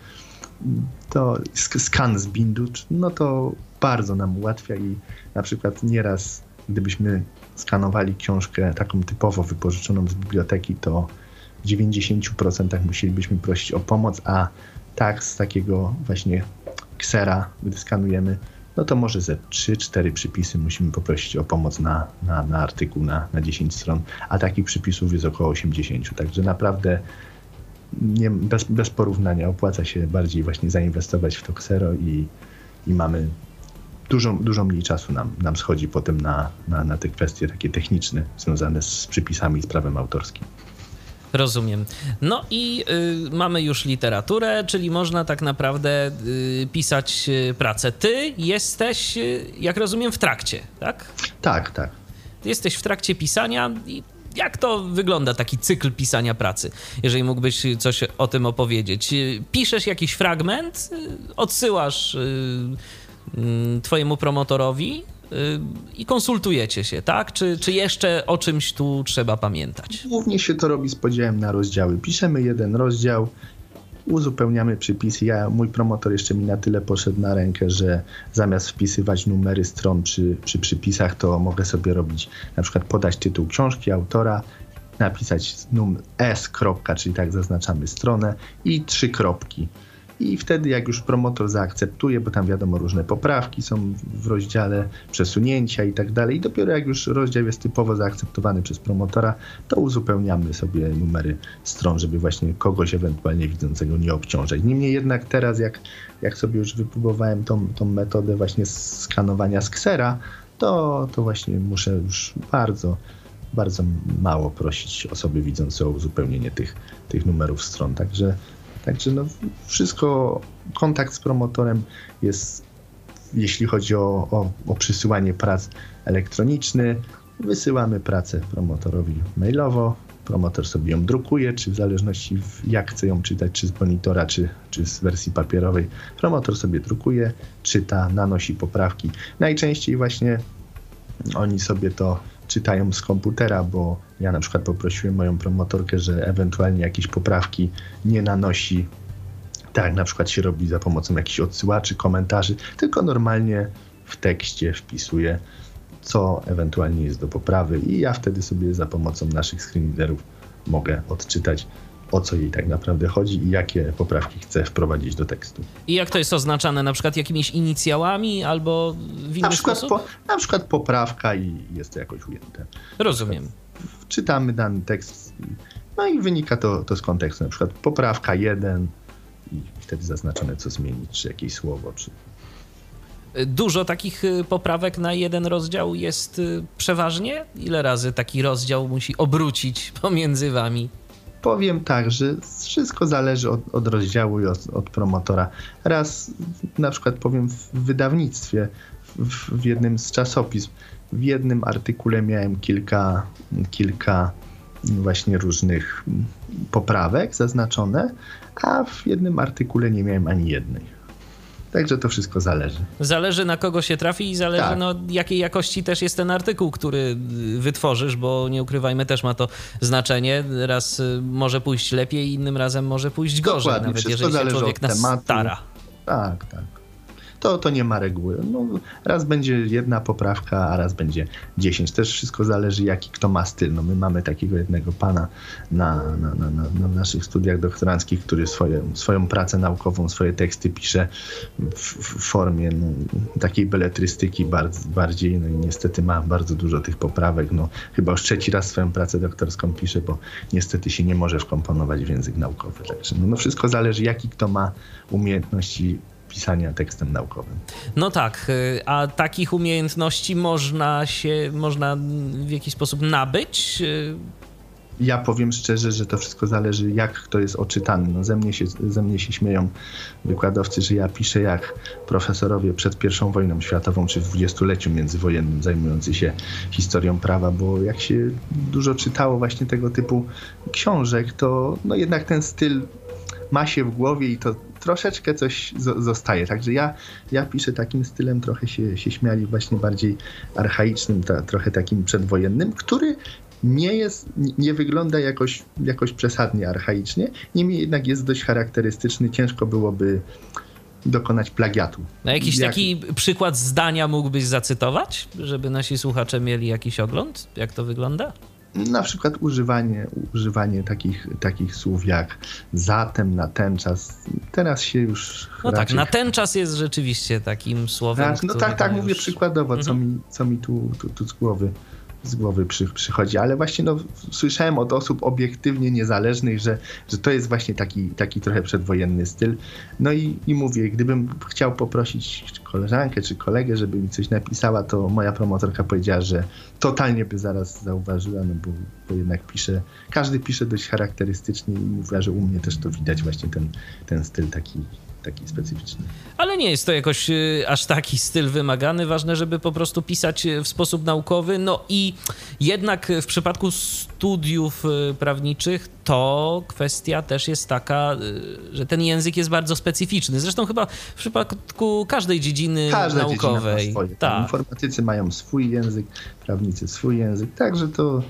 to skan z bindu, no to bardzo nam ułatwia i na przykład nieraz, gdybyśmy skanowali książkę taką typowo wypożyczoną z biblioteki, to w dziewięćdziesięciu procentach musielibyśmy prosić o pomoc, a tak z takiego właśnie ksera, gdy skanujemy, no to może ze trzy cztery przypisy musimy poprosić o pomoc na, na, na artykuł, na, na dziesięć stron, a takich przypisów jest około osiemdziesiąt. Także naprawdę nie, bez, bez porównania opłaca się bardziej właśnie zainwestować w to ksero i, i mamy dużo, dużo mniej czasu nam, nam schodzi potem na, na, na te kwestie takie techniczne związane z przypisami i z prawem autorskim. Rozumiem. No i y, mamy już literaturę, czyli można tak naprawdę y, pisać y, pracę. Ty jesteś, y, jak rozumiem, w trakcie, tak? Tak, tak. Ty jesteś w trakcie pisania i jak to wygląda, taki cykl pisania pracy? Jeżeli mógłbyś coś o tym opowiedzieć. Piszesz jakiś fragment, odsyłasz y, y, twojemu promotorowi i konsultujecie się, tak? Czy, czy jeszcze o czymś tu trzeba pamiętać? Głównie się to robi z podziałem na rozdziały. Piszemy jeden rozdział, uzupełniamy przypisy. Ja, mój promotor jeszcze mi na tyle poszedł na rękę, że zamiast wpisywać numery stron przy, przy przypisach, to mogę sobie robić, na przykład podać tytuł książki, autora, napisać numer S, kropka, czyli tak zaznaczamy stronę i trzy kropki. i wtedy jak już promotor zaakceptuje, bo tam wiadomo różne poprawki są w rozdziale, przesunięcia i tak dalej, i dopiero jak już rozdział jest typowo zaakceptowany przez promotora, to uzupełniamy sobie numery stron, żeby właśnie kogoś ewentualnie widzącego nie obciążać. Niemniej jednak teraz jak, jak sobie już wypróbowałem tą, tą metodę właśnie skanowania z ksera, to, to właśnie muszę już bardzo bardzo mało prosić osoby widzące o uzupełnienie tych, tych numerów stron. Także, także no wszystko, kontakt z promotorem jest, jeśli chodzi o, o, o przysyłanie prac elektroniczny, wysyłamy pracę promotorowi mailowo, promotor sobie ją drukuje, czy w zależności jak chce ją czytać, czy z monitora, czy, czy z wersji papierowej. Promotor sobie drukuje, czyta, nanosi poprawki. Najczęściej właśnie oni sobie to czytają z komputera, bo ja na przykład poprosiłem moją promotorkę, że ewentualnie jakieś poprawki nie nanosi, tak jak na przykład się robi za pomocą jakichś odsyłaczy, komentarzy, tylko normalnie w tekście wpisuje, co ewentualnie jest do poprawy i ja wtedy sobie za pomocą naszych screenreaderów mogę odczytać, o co jej tak naprawdę chodzi i jakie poprawki chcę wprowadzić do tekstu. I jak to jest oznaczane? Na przykład jakimiś inicjałami albo w inny na przykład sposób? Po, na przykład poprawka i jest to jakoś ujęte. Rozumiem. Czytamy dany tekst, no i wynika to, to z kontekstu. Na przykład poprawka jeden i wtedy zaznaczone, co zmienić, czy jakieś słowo, czy... Dużo takich poprawek na jeden rozdział jest przeważnie? Ile razy taki rozdział musi obrócić pomiędzy wami? Powiem tak, że wszystko zależy od, od rozdziału i od, od promotora. Raz na przykład powiem w wydawnictwie, w, w jednym z czasopism, w jednym artykule miałem kilka, kilka właśnie różnych poprawek zaznaczone, a w jednym artykule nie miałem ani jednej. Także to wszystko zależy. Zależy, na kogo się trafi i zależy, tak. no, jakiej jakości też jest ten artykuł, który wytworzysz, bo nie ukrywajmy, też ma to znaczenie. Raz może pójść lepiej, innym razem może pójść gorzej, Dokładnie, nawet jeżeli się człowiek nas stara. Tak, tak. To, to nie ma reguły. No, raz będzie jedna poprawka, a raz będzie dziesięć. Też wszystko zależy, jaki kto ma styl. No, my mamy takiego jednego pana na, na, na, na, na naszych studiach doktoranckich, który swoje, swoją pracę naukową, swoje teksty pisze w, w formie no, takiej beletrystyki bardzo, bardziej. No i niestety ma bardzo dużo tych poprawek. No, chyba już trzeci raz swoją pracę doktorską pisze, bo niestety się nie może wkomponować w język naukowy. Także no, no wszystko zależy, jaki kto ma umiejętności pisania tekstem naukowym. No tak, a takich umiejętności można się, można w jakiś sposób nabyć? Ja powiem szczerze, że to wszystko zależy, jak kto jest oczytany. No ze mnie się, ze mnie się śmieją wykładowcy, że ja piszę jak profesorowie przed pierwszą wojną światową, czy w dwudziestoleciu międzywojennym zajmujący się historią prawa, bo jak się dużo czytało właśnie tego typu książek, to no jednak ten styl ma się w głowie i to troszeczkę coś z- zostaje. Także ja, ja piszę takim stylem, trochę się, się śmiali, właśnie bardziej archaicznym, ta, trochę takim przedwojennym, który nie jest, nie wygląda jakoś, jakoś przesadnie archaicznie, niemniej jednak jest dość charakterystyczny. Ciężko byłoby dokonać plagiatu. Na jakiś Jak... taki przykład zdania mógłbyś zacytować, żeby nasi słuchacze mieli jakiś ogląd? Jak to wygląda? Na przykład używanie, używanie takich, takich słów jak zatem, na ten czas. Teraz się już... No raczej... tak, na ten czas jest rzeczywiście takim słowem, No tak, tak już... mówię przykładowo, co mhm. mi, co mi tu, tu, tu z głowy, z głowy przy, przychodzi. Ale właśnie no, słyszałem od osób obiektywnie niezależnych, że, że to jest właśnie taki, taki trochę przedwojenny styl. No i, i mówię, gdybym chciał poprosić koleżankę czy kolegę, żeby mi coś napisała, to moja promotorka powiedziała, że totalnie by zaraz zauważyła, no bo, bo jednak pisze, każdy pisze dość charakterystycznie i mówiła, że u mnie też to widać właśnie ten, ten styl taki, taki specyficzny. Ale nie jest to jakoś y, aż taki styl wymagany. Ważne, żeby po prostu pisać w sposób naukowy. No i jednak w przypadku studiów y, prawniczych to kwestia też jest taka, y, że ten język jest bardzo specyficzny. Zresztą chyba w przypadku każdej dziedziny Każda naukowej. Dziedzina ma swoje. Tak. Informatycy mają swój język, prawnicy swój język. Także to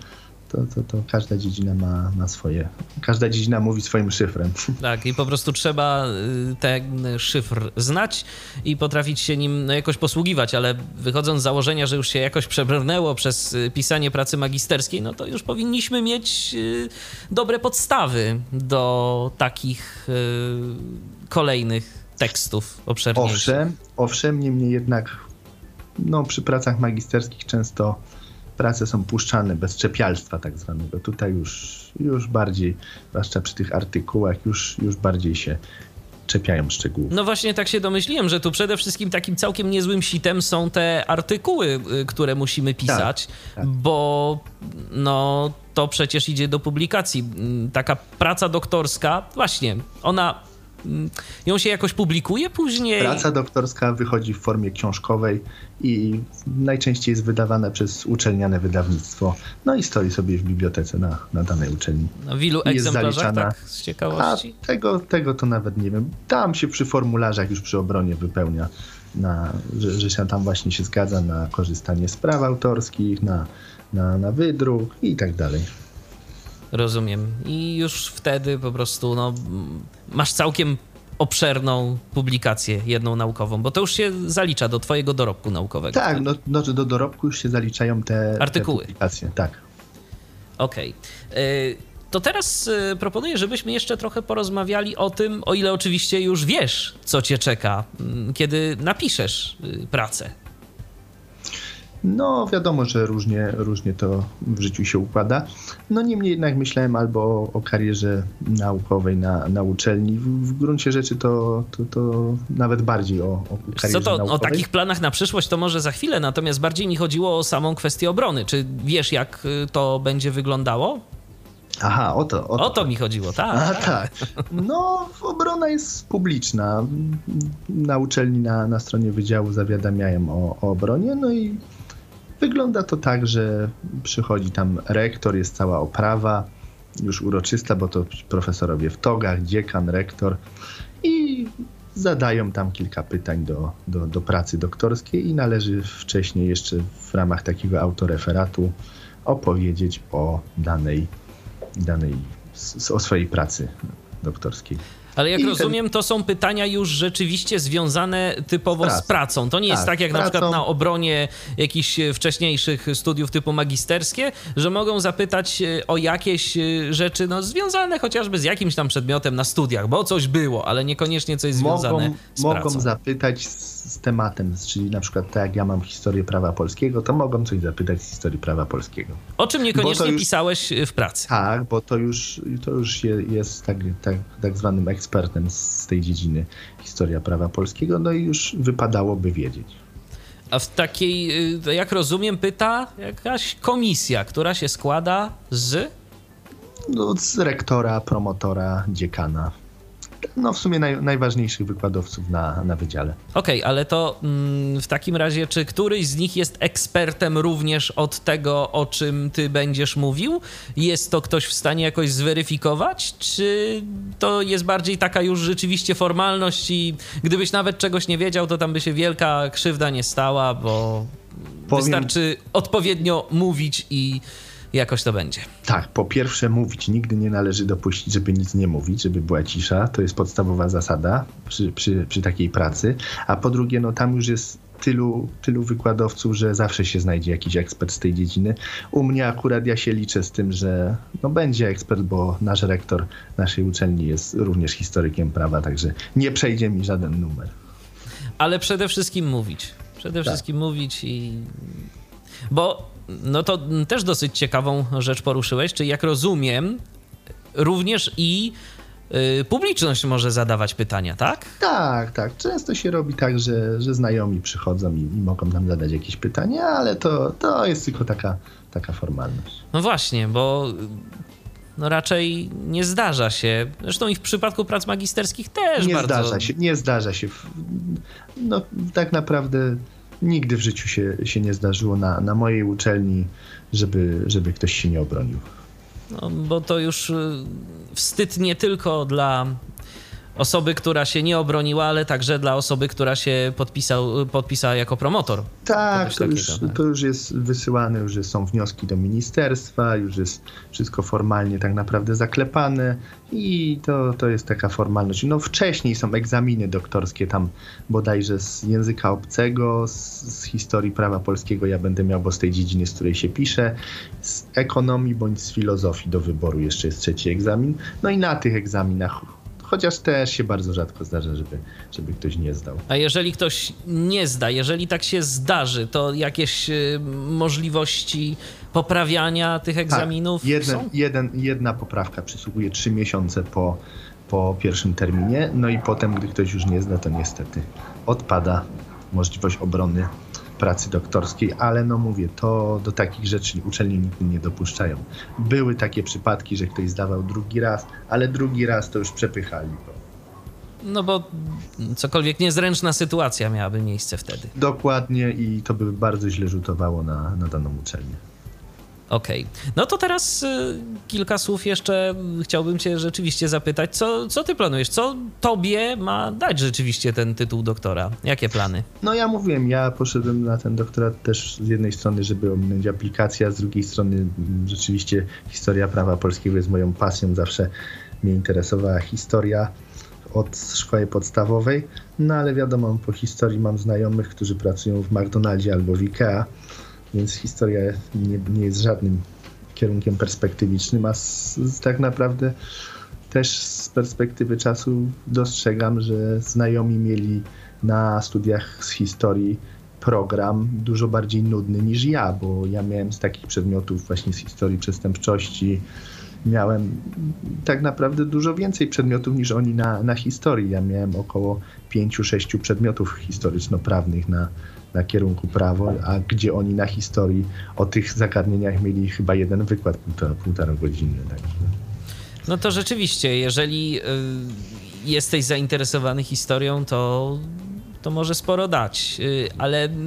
to, to, to każda dziedzina ma, ma swoje, każda dziedzina mówi swoim szyfrem. Tak, i po prostu trzeba ten szyfr znać i potrafić się nim no, jakoś posługiwać, ale wychodząc z założenia, że już się jakoś przebrnęło przez pisanie pracy magisterskiej, no to już powinniśmy mieć dobre podstawy do takich kolejnych tekstów obszerniejszych. Owszem, owszem, niemniej jednak no, przy pracach magisterskich często prace są puszczane bez czepialstwa tak zwanego. Tutaj już, już bardziej, zwłaszcza przy tych artykułach, już, już bardziej się czepiają szczegółów. No właśnie tak się domyśliłem, że tu przede wszystkim takim całkiem niezłym sitem są te artykuły, które musimy pisać, tak, tak. bo no to przecież idzie do publikacji. Taka praca doktorska, właśnie, ona ją się jakoś publikuje później? Praca doktorska wychodzi w formie książkowej i najczęściej jest wydawana przez uczelniane wydawnictwo. No i stoi sobie w bibliotece na, na danej uczelni. No w ilu egzemplarzach, tak z ciekawości? A tego, tego to nawet nie wiem. Tam się przy formularzach już przy obronie wypełnia, na, że, że się tam właśnie się zgadza na korzystanie z praw autorskich, na, na, na wydruk i tak dalej. Rozumiem. I już wtedy po prostu no, masz całkiem obszerną publikację, jedną naukową, bo to już się zalicza do twojego dorobku naukowego. Tak, tak? No, no do dorobku już się zaliczają te, artykuły. Te publikacje. Tak. Okej. Okay. To teraz proponuję, żebyśmy jeszcze trochę porozmawiali o tym, o ile oczywiście już wiesz, co cię czeka, kiedy napiszesz pracę. No wiadomo, że różnie, różnie to w życiu się układa. No niemniej jednak myślałem albo o, o karierze naukowej na, na uczelni. W, w gruncie rzeczy to, to, to nawet bardziej o, o karierze Co to, naukowej. O takich planach na przyszłość to może za chwilę, natomiast bardziej mi chodziło o samą kwestię obrony. Czy wiesz, jak to będzie wyglądało? Aha, o to. O to, o to mi chodziło, tak. A, tak. No, obrona jest publiczna. Na uczelni, na, na stronie wydziału zawiadamiają o, o obronie, no i wygląda to tak, że przychodzi tam rektor, jest cała oprawa, już uroczysta, bo to profesorowie w togach, dziekan, rektor i zadają tam kilka pytań do, do, do pracy doktorskiej i należy wcześniej jeszcze w ramach takiego autoreferatu opowiedzieć o danej, danej o swojej pracy doktorskiej. Ale jak I rozumiem, ten... to są pytania już rzeczywiście związane typowo z, z pracą. To nie jest tak, tak jak pracą... na przykład na obronie jakichś wcześniejszych studiów typu magisterskie, że mogą zapytać o jakieś rzeczy no, związane chociażby z jakimś tam przedmiotem na studiach, bo coś było, ale niekoniecznie coś związane mogą, z mogą pracą. Mogą zapytać z, z tematem, czyli na przykład tak jak ja mam historię prawa polskiego, to mogą coś zapytać z historii prawa polskiego. O czym niekoniecznie już... pisałeś w pracy. Tak, bo to już, to już jest tak, tak, tak zwanym ekspertem z tej dziedziny historia prawa polskiego, no i już wypadałoby wiedzieć. A w takiej, jak rozumiem, pyta jakaś komisja, która się składa z... No, z rektora, promotora, dziekana. No w sumie naj, najważniejszych wykładowców na, na wydziale. Okej, okay, ale to mm, w takim razie, czy któryś z nich jest ekspertem również od tego, o czym ty będziesz mówił? Jest to ktoś w stanie jakoś zweryfikować? Czy to jest bardziej taka już rzeczywiście formalność i gdybyś nawet czegoś nie wiedział, to tam by się wielka krzywda nie stała, bo Powiem... wystarczy odpowiednio mówić i jakoś to będzie. Tak, po pierwsze mówić. Nigdy nie należy dopuścić, żeby nic nie mówić, żeby była cisza. To jest podstawowa zasada przy, przy, przy takiej pracy. A po drugie, no tam już jest tylu, tylu wykładowców, że zawsze się znajdzie jakiś ekspert z tej dziedziny. U mnie akurat ja się liczę z tym, że no będzie ekspert, bo nasz rektor naszej uczelni jest również historykiem prawa, także nie przejdzie mi żaden numer. Ale przede wszystkim mówić. Przede tak. wszystkim mówić i... Bo no to też dosyć ciekawą rzecz poruszyłeś, czyli jak rozumiem, również i y, publiczność może zadawać pytania, tak? Tak, tak. Często się robi tak, że, że znajomi przychodzą i, i mogą nam zadać jakieś pytania, ale to, to jest tylko taka, taka formalność. No właśnie, bo no raczej nie zdarza się, zresztą i w przypadku prac magisterskich też nie bardzo... Nie zdarza się, nie zdarza się. No tak naprawdę... Nigdy w życiu się, się nie zdarzyło na, na mojej uczelni, żeby, żeby ktoś się nie obronił. No, bo to już wstyd nie tylko dla osoby, która się nie obroniła, ale także dla osoby, która się podpisał, podpisała jako promotor. Tak, to już, to już jest wysyłane, już są wnioski do ministerstwa, już jest wszystko formalnie tak naprawdę zaklepane i to, to jest taka formalność. No wcześniej są egzaminy doktorskie tam bodajże z języka obcego, z, z historii prawa polskiego ja będę miał, bo z tej dziedziny, z której się pisze, z ekonomii bądź z filozofii do wyboru jeszcze jest trzeci egzamin. No i na tych egzaminach, chociaż też się bardzo rzadko zdarza, żeby, żeby ktoś nie zdał. A jeżeli ktoś nie zda, jeżeli tak się zdarzy, to jakieś y, możliwości poprawiania tych egzaminów tak, jeden, są? Jeden, jedna poprawka przysługuje trzy miesiące po, po pierwszym terminie, no i potem, gdy ktoś już nie zda, to niestety odpada możliwość obrony pracy doktorskiej, ale no mówię, to do takich rzeczy uczelnie nigdy nie dopuszczają. Były takie przypadki, że ktoś zdawał drugi raz, ale drugi raz to już przepychali go. No bo cokolwiek niezręczna sytuacja miałaby miejsce wtedy. Dokładnie i to by bardzo źle rzutowało na, na daną uczelnię. Okej. Okay. No to teraz y, kilka słów jeszcze chciałbym cię rzeczywiście zapytać, co, co ty planujesz? Co tobie ma dać rzeczywiście ten tytuł doktora? Jakie plany? No ja mówiłem, ja poszedłem na ten doktorat też z jednej strony, żeby ominąć aplikację, a z drugiej strony rzeczywiście historia prawa polskiego jest moją pasją. Zawsze mnie interesowała historia od szkoły podstawowej, no ale wiadomo, po historii mam znajomych, którzy pracują w McDonaldzie albo w IKEA, więc historia nie, nie jest żadnym kierunkiem perspektywicznym, a z, z, tak naprawdę też z perspektywy czasu dostrzegam, że znajomi mieli na studiach z historii program dużo bardziej nudny niż ja, bo ja miałem z takich przedmiotów właśnie z historii przestępczości, miałem tak naprawdę dużo więcej przedmiotów niż oni na, na historii. Ja miałem około pięciu, sześciu przedmiotów historyczno-prawnych na na kierunku prawo, a gdzie oni na historii o tych zagadnieniach mieli chyba jeden wykład półtora, półtora godziny. Także. No to rzeczywiście, jeżeli y, jesteś zainteresowany historią, to, to może sporo dać, y, ale y,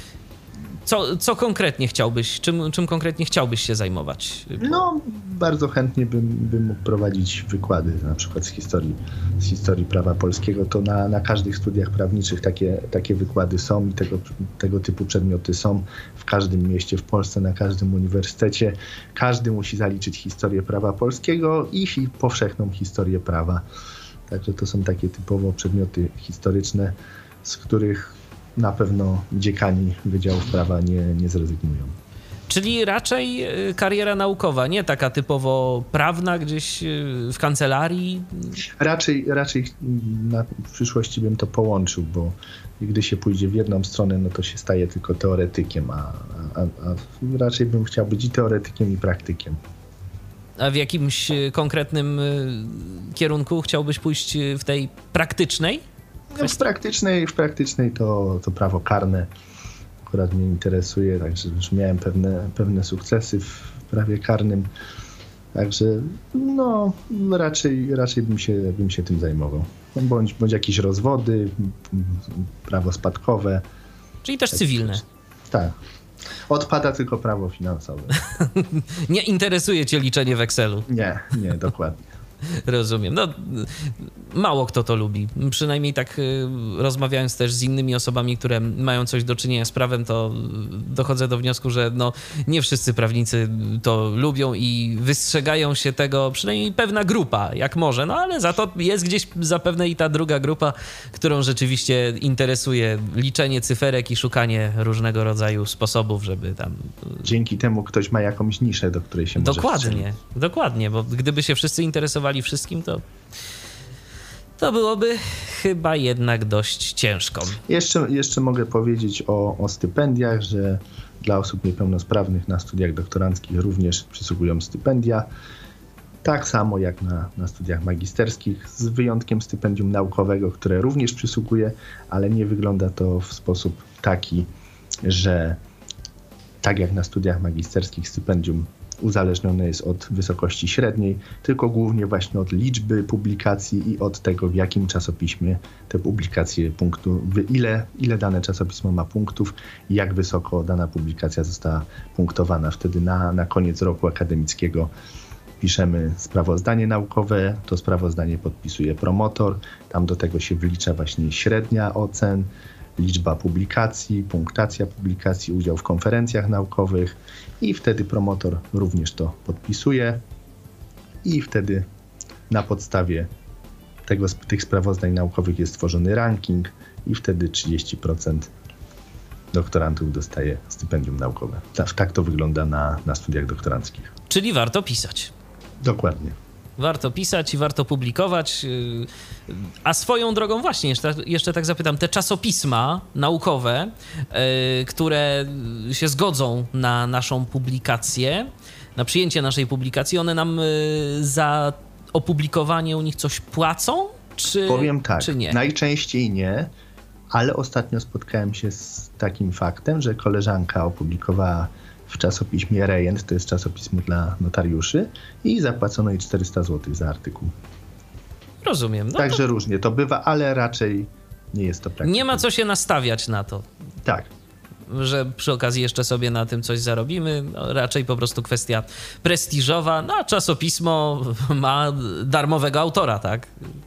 co, co konkretnie chciałbyś, czym, czym konkretnie chciałbyś się zajmować? No, bardzo chętnie bym, bym mógł prowadzić wykłady, na przykład z historii, z historii prawa polskiego. To na, na każdych studiach prawniczych takie, takie wykłady są i tego, tego typu przedmioty są w każdym mieście w Polsce, na każdym uniwersytecie. Każdy musi zaliczyć historię prawa polskiego i hi, powszechną historię prawa. Także to są takie typowo przedmioty historyczne, z których na pewno dziekani wydziałów prawa nie, nie zrezygnują. Czyli raczej kariera naukowa, nie taka typowo prawna gdzieś w kancelarii? Raczej, raczej na, w przyszłości bym to połączył, bo gdy się pójdzie w jedną stronę, no to się staje tylko teoretykiem, a, a, a raczej bym chciał być i teoretykiem, i praktykiem. A w jakimś konkretnym kierunku chciałbyś pójść w tej praktycznej? No, w praktycznej, w praktycznej to, to prawo karne akurat mnie interesuje, także już miałem pewne, pewne sukcesy w prawie karnym, także no raczej, raczej bym się, bym się tym zajmował. Bądź, bądź jakieś rozwody, prawo spadkowe. Czyli też cywilne. Tak. Odpada tylko prawo finansowe. Nie interesuje cię liczenie w Excelu? Nie, nie, dokładnie. Rozumiem. No, mało kto to lubi. Przynajmniej tak rozmawiając też z innymi osobami, które mają coś do czynienia z prawem, to dochodzę do wniosku, że no, nie wszyscy prawnicy to lubią i wystrzegają się tego, przynajmniej pewna grupa, jak może. No ale za to jest gdzieś zapewne i ta druga grupa, którą rzeczywiście interesuje liczenie cyferek i szukanie różnego rodzaju sposobów, żeby tam... Dzięki temu ktoś ma jakąś niszę, do której się może Dokładnie, wstrzymać. dokładnie, bo gdyby się wszyscy interesowali wszystkim, to, to byłoby chyba jednak dość ciężko. Jeszcze, jeszcze mogę powiedzieć o, o stypendiach, że dla osób niepełnosprawnych na studiach doktoranckich również przysługują stypendia. Tak samo jak na, na studiach magisterskich, z wyjątkiem stypendium naukowego, które również przysługuje, ale nie wygląda to w sposób taki, że tak jak na studiach magisterskich stypendium uzależnione jest od wysokości średniej, tylko głównie właśnie od liczby publikacji i od tego, w jakim czasopiśmie te publikacje punktu, ile, ile dane czasopismo ma punktów i jak wysoko dana publikacja została punktowana. Wtedy na, na koniec roku akademickiego piszemy sprawozdanie naukowe, to sprawozdanie podpisuje promotor, tam do tego się wlicza właśnie średnia ocen, liczba publikacji, punktacja publikacji, udział w konferencjach naukowych i wtedy promotor również to podpisuje i wtedy na podstawie tego, tych sprawozdań naukowych jest tworzony ranking i wtedy trzydzieści procent doktorantów dostaje stypendium naukowe. Tak, tak to wygląda na, na studiach doktoranckich. Czyli warto pisać. Dokładnie. Warto pisać i warto publikować. A swoją drogą właśnie, jeszcze, jeszcze tak zapytam, te czasopisma naukowe, yy, które się zgodzą na naszą publikację, na przyjęcie naszej publikacji, one nam yy, za opublikowanie u nich coś płacą? Czy, Powiem tak, czy nie? Najczęściej nie, ale ostatnio spotkałem się z takim faktem, że koleżanka opublikowała w czasopiśmie Rejent, to jest czasopismo dla notariuszy, i zapłacono jej czterysta złotych za artykuł. Rozumiem. No Także to... różnie to bywa, ale raczej nie jest to praktyka. Nie ma co się nastawiać na to. Tak. Że przy okazji jeszcze sobie na tym coś zarobimy. No, raczej po prostu kwestia prestiżowa, no a czasopismo ma darmowego autora, tak?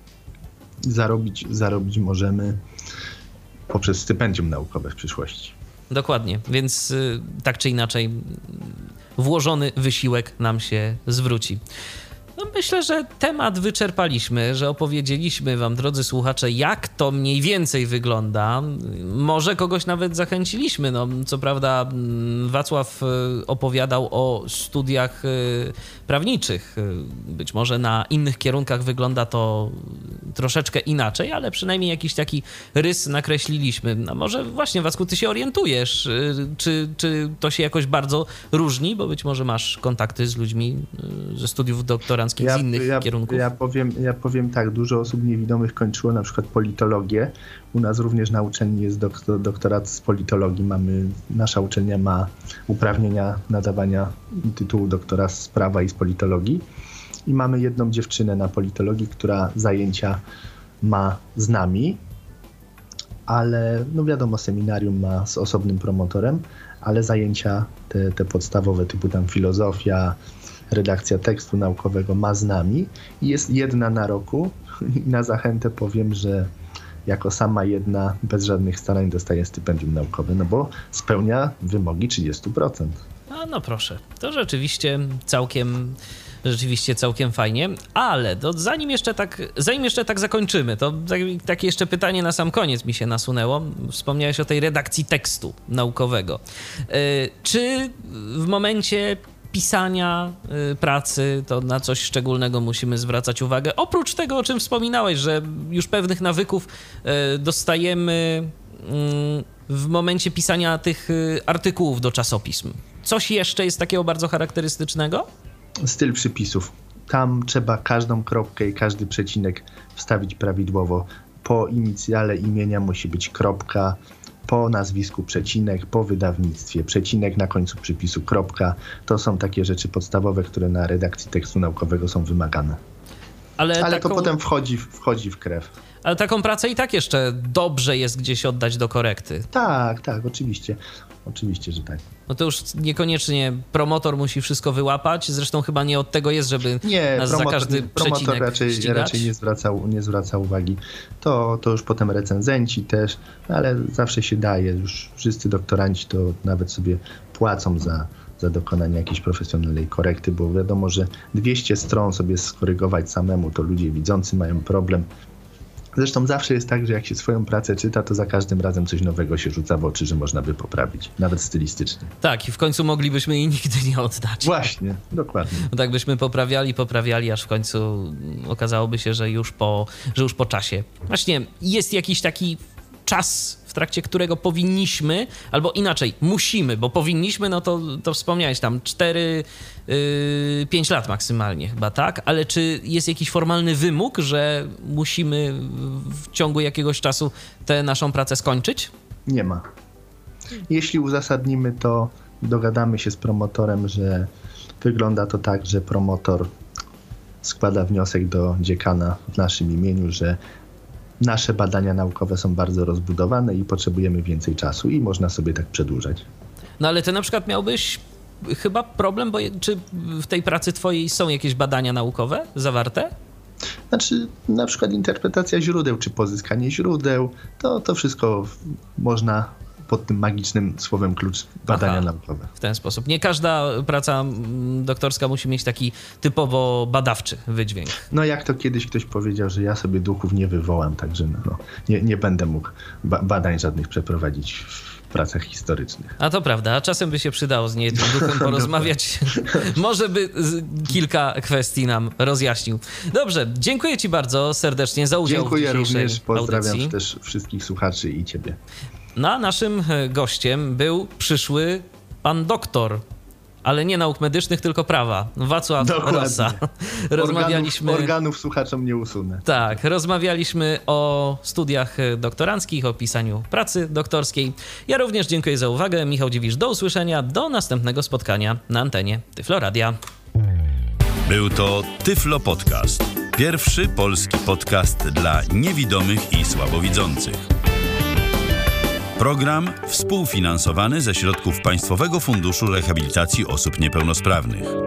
Zarobić, zarobić możemy poprzez stypendium naukowe w przyszłości. Dokładnie, więc y, tak czy inaczej włożony wysiłek nam się zwróci. No myślę, że temat wyczerpaliśmy, że opowiedzieliśmy wam, drodzy słuchacze, jak to mniej więcej wygląda. Może kogoś nawet zachęciliśmy. No, co prawda Wacław opowiadał o studiach prawniczych. Być może na innych kierunkach wygląda to troszeczkę inaczej, ale przynajmniej jakiś taki rys nakreśliliśmy. No może właśnie, Wacku, ty się orientujesz, czy, czy to się jakoś bardzo różni, bo być może masz kontakty z ludźmi ze studiów doktoranckich ja, z innych ja, kierunków. Ja powiem, ja powiem tak, dużo osób niewidomych kończyło na przykład politologię. U nas również na uczelni jest doktor, doktorat z politologii. Mamy, nasza uczelnia ma uprawnienia nadawania tytułu doktora z prawa i z politologii. I mamy jedną dziewczynę na politologii, która zajęcia ma z nami, ale no wiadomo, seminarium ma z osobnym promotorem, ale zajęcia te, te podstawowe typu tam filozofia, redakcja tekstu naukowego ma z nami i jest jedna na roku. I na zachętę powiem, że jako sama jedna bez żadnych starań dostaje stypendium naukowe, no bo spełnia wymogi trzydzieści procent. A no proszę, to rzeczywiście całkiem rzeczywiście całkiem fajnie, ale to zanim jeszcze tak, zanim jeszcze tak zakończymy, to tak, takie jeszcze pytanie na sam koniec mi się nasunęło. Wspomniałeś o tej redakcji tekstu naukowego. Yy, czy w momencie pisania y, pracy to na coś szczególnego musimy zwracać uwagę? Oprócz tego, o czym wspominałeś, że już pewnych nawyków y, dostajemy y, w momencie pisania tych y, artykułów do czasopism. Coś jeszcze jest takiego bardzo charakterystycznego? Styl przypisów. Tam trzeba każdą kropkę i każdy przecinek wstawić prawidłowo. Po inicjale imienia musi być kropka, po nazwisku przecinek, po wydawnictwie przecinek, na końcu przypisu kropka. To są takie rzeczy podstawowe, które na redakcji tekstu naukowego są wymagane. Ale, Ale taką... to potem wchodzi, wchodzi w krew. Ale taką pracę i tak jeszcze dobrze jest gdzieś oddać do korekty. Tak, tak, oczywiście. Oczywiście, że tak. No to już niekoniecznie promotor musi wszystko wyłapać. Zresztą chyba nie od tego jest, żeby nie, nas promotor, za każdy promotor przecinek raczej, ścigać. raczej nie zwracał, nie zwracał uwagi. To, to już potem recenzenci też, ale zawsze się daje. Już wszyscy doktoranci to nawet sobie płacą za, za dokonanie jakiejś profesjonalnej korekty, bo wiadomo, że dwieście stron sobie skorygować samemu, to ludzie widzący mają problem. Zresztą zawsze jest tak, że jak się swoją pracę czyta, to za każdym razem coś nowego się rzuca w oczy, że można by poprawić, nawet stylistycznie. Tak, i w końcu moglibyśmy jej nigdy nie oddać. Właśnie, dokładnie. No tak byśmy poprawiali, poprawiali, aż w końcu okazałoby się, że już po, że już po czasie. Właśnie jest jakiś taki czas, w trakcie którego powinniśmy, albo inaczej, musimy, bo powinniśmy, no to, to wspomniałeś tam cztery pięć lat maksymalnie chyba, tak? Ale czy jest jakiś formalny wymóg, że musimy w ciągu jakiegoś czasu tę naszą pracę skończyć? Nie ma. Jeśli uzasadnimy to, dogadamy się z promotorem, że wygląda to tak, że promotor składa wniosek do dziekana w naszym imieniu, że nasze badania naukowe są bardzo rozbudowane i potrzebujemy więcej czasu i można sobie tak przedłużać. No ale ty na przykład miałbyś chyba problem, bo je, czy w tej pracy twojej są jakieś badania naukowe zawarte? Znaczy, na przykład interpretacja źródeł, czy pozyskanie źródeł, to, to wszystko można pod tym magicznym słowem klucz badania Aha, naukowe. W ten sposób. Nie każda praca doktorska musi mieć taki typowo badawczy wydźwięk. No jak to kiedyś ktoś powiedział, że ja sobie duchów nie wywołam, także no, nie, nie będę mógł ba- badań żadnych przeprowadzić w pracach historycznych. A to prawda, a czasem by się przydało z niejednym duchem porozmawiać. Może by kilka kwestii nam rozjaśnił. Dobrze, dziękuję ci bardzo serdecznie za udział Dziękuję w dzisiejszej również, pozdrawiam audycji. też wszystkich słuchaczy i ciebie. No a naszym gościem był przyszły pan doktor, ale nie nauk medycznych, tylko prawa, Wacław Dokładnie. Rosa. Rozmawialiśmy... Organów, organów słuchaczom nie usunę. Tak, rozmawialiśmy o studiach doktoranckich, o pisaniu pracy doktorskiej. Ja również dziękuję za uwagę. Michał Dziwisz, do usłyszenia, do następnego spotkania na antenie Tyflo Radia. Był to Tyflo Podcast. Pierwszy polski podcast dla niewidomych i słabowidzących. Program współfinansowany ze środków Państwowego Funduszu Rehabilitacji Osób Niepełnosprawnych.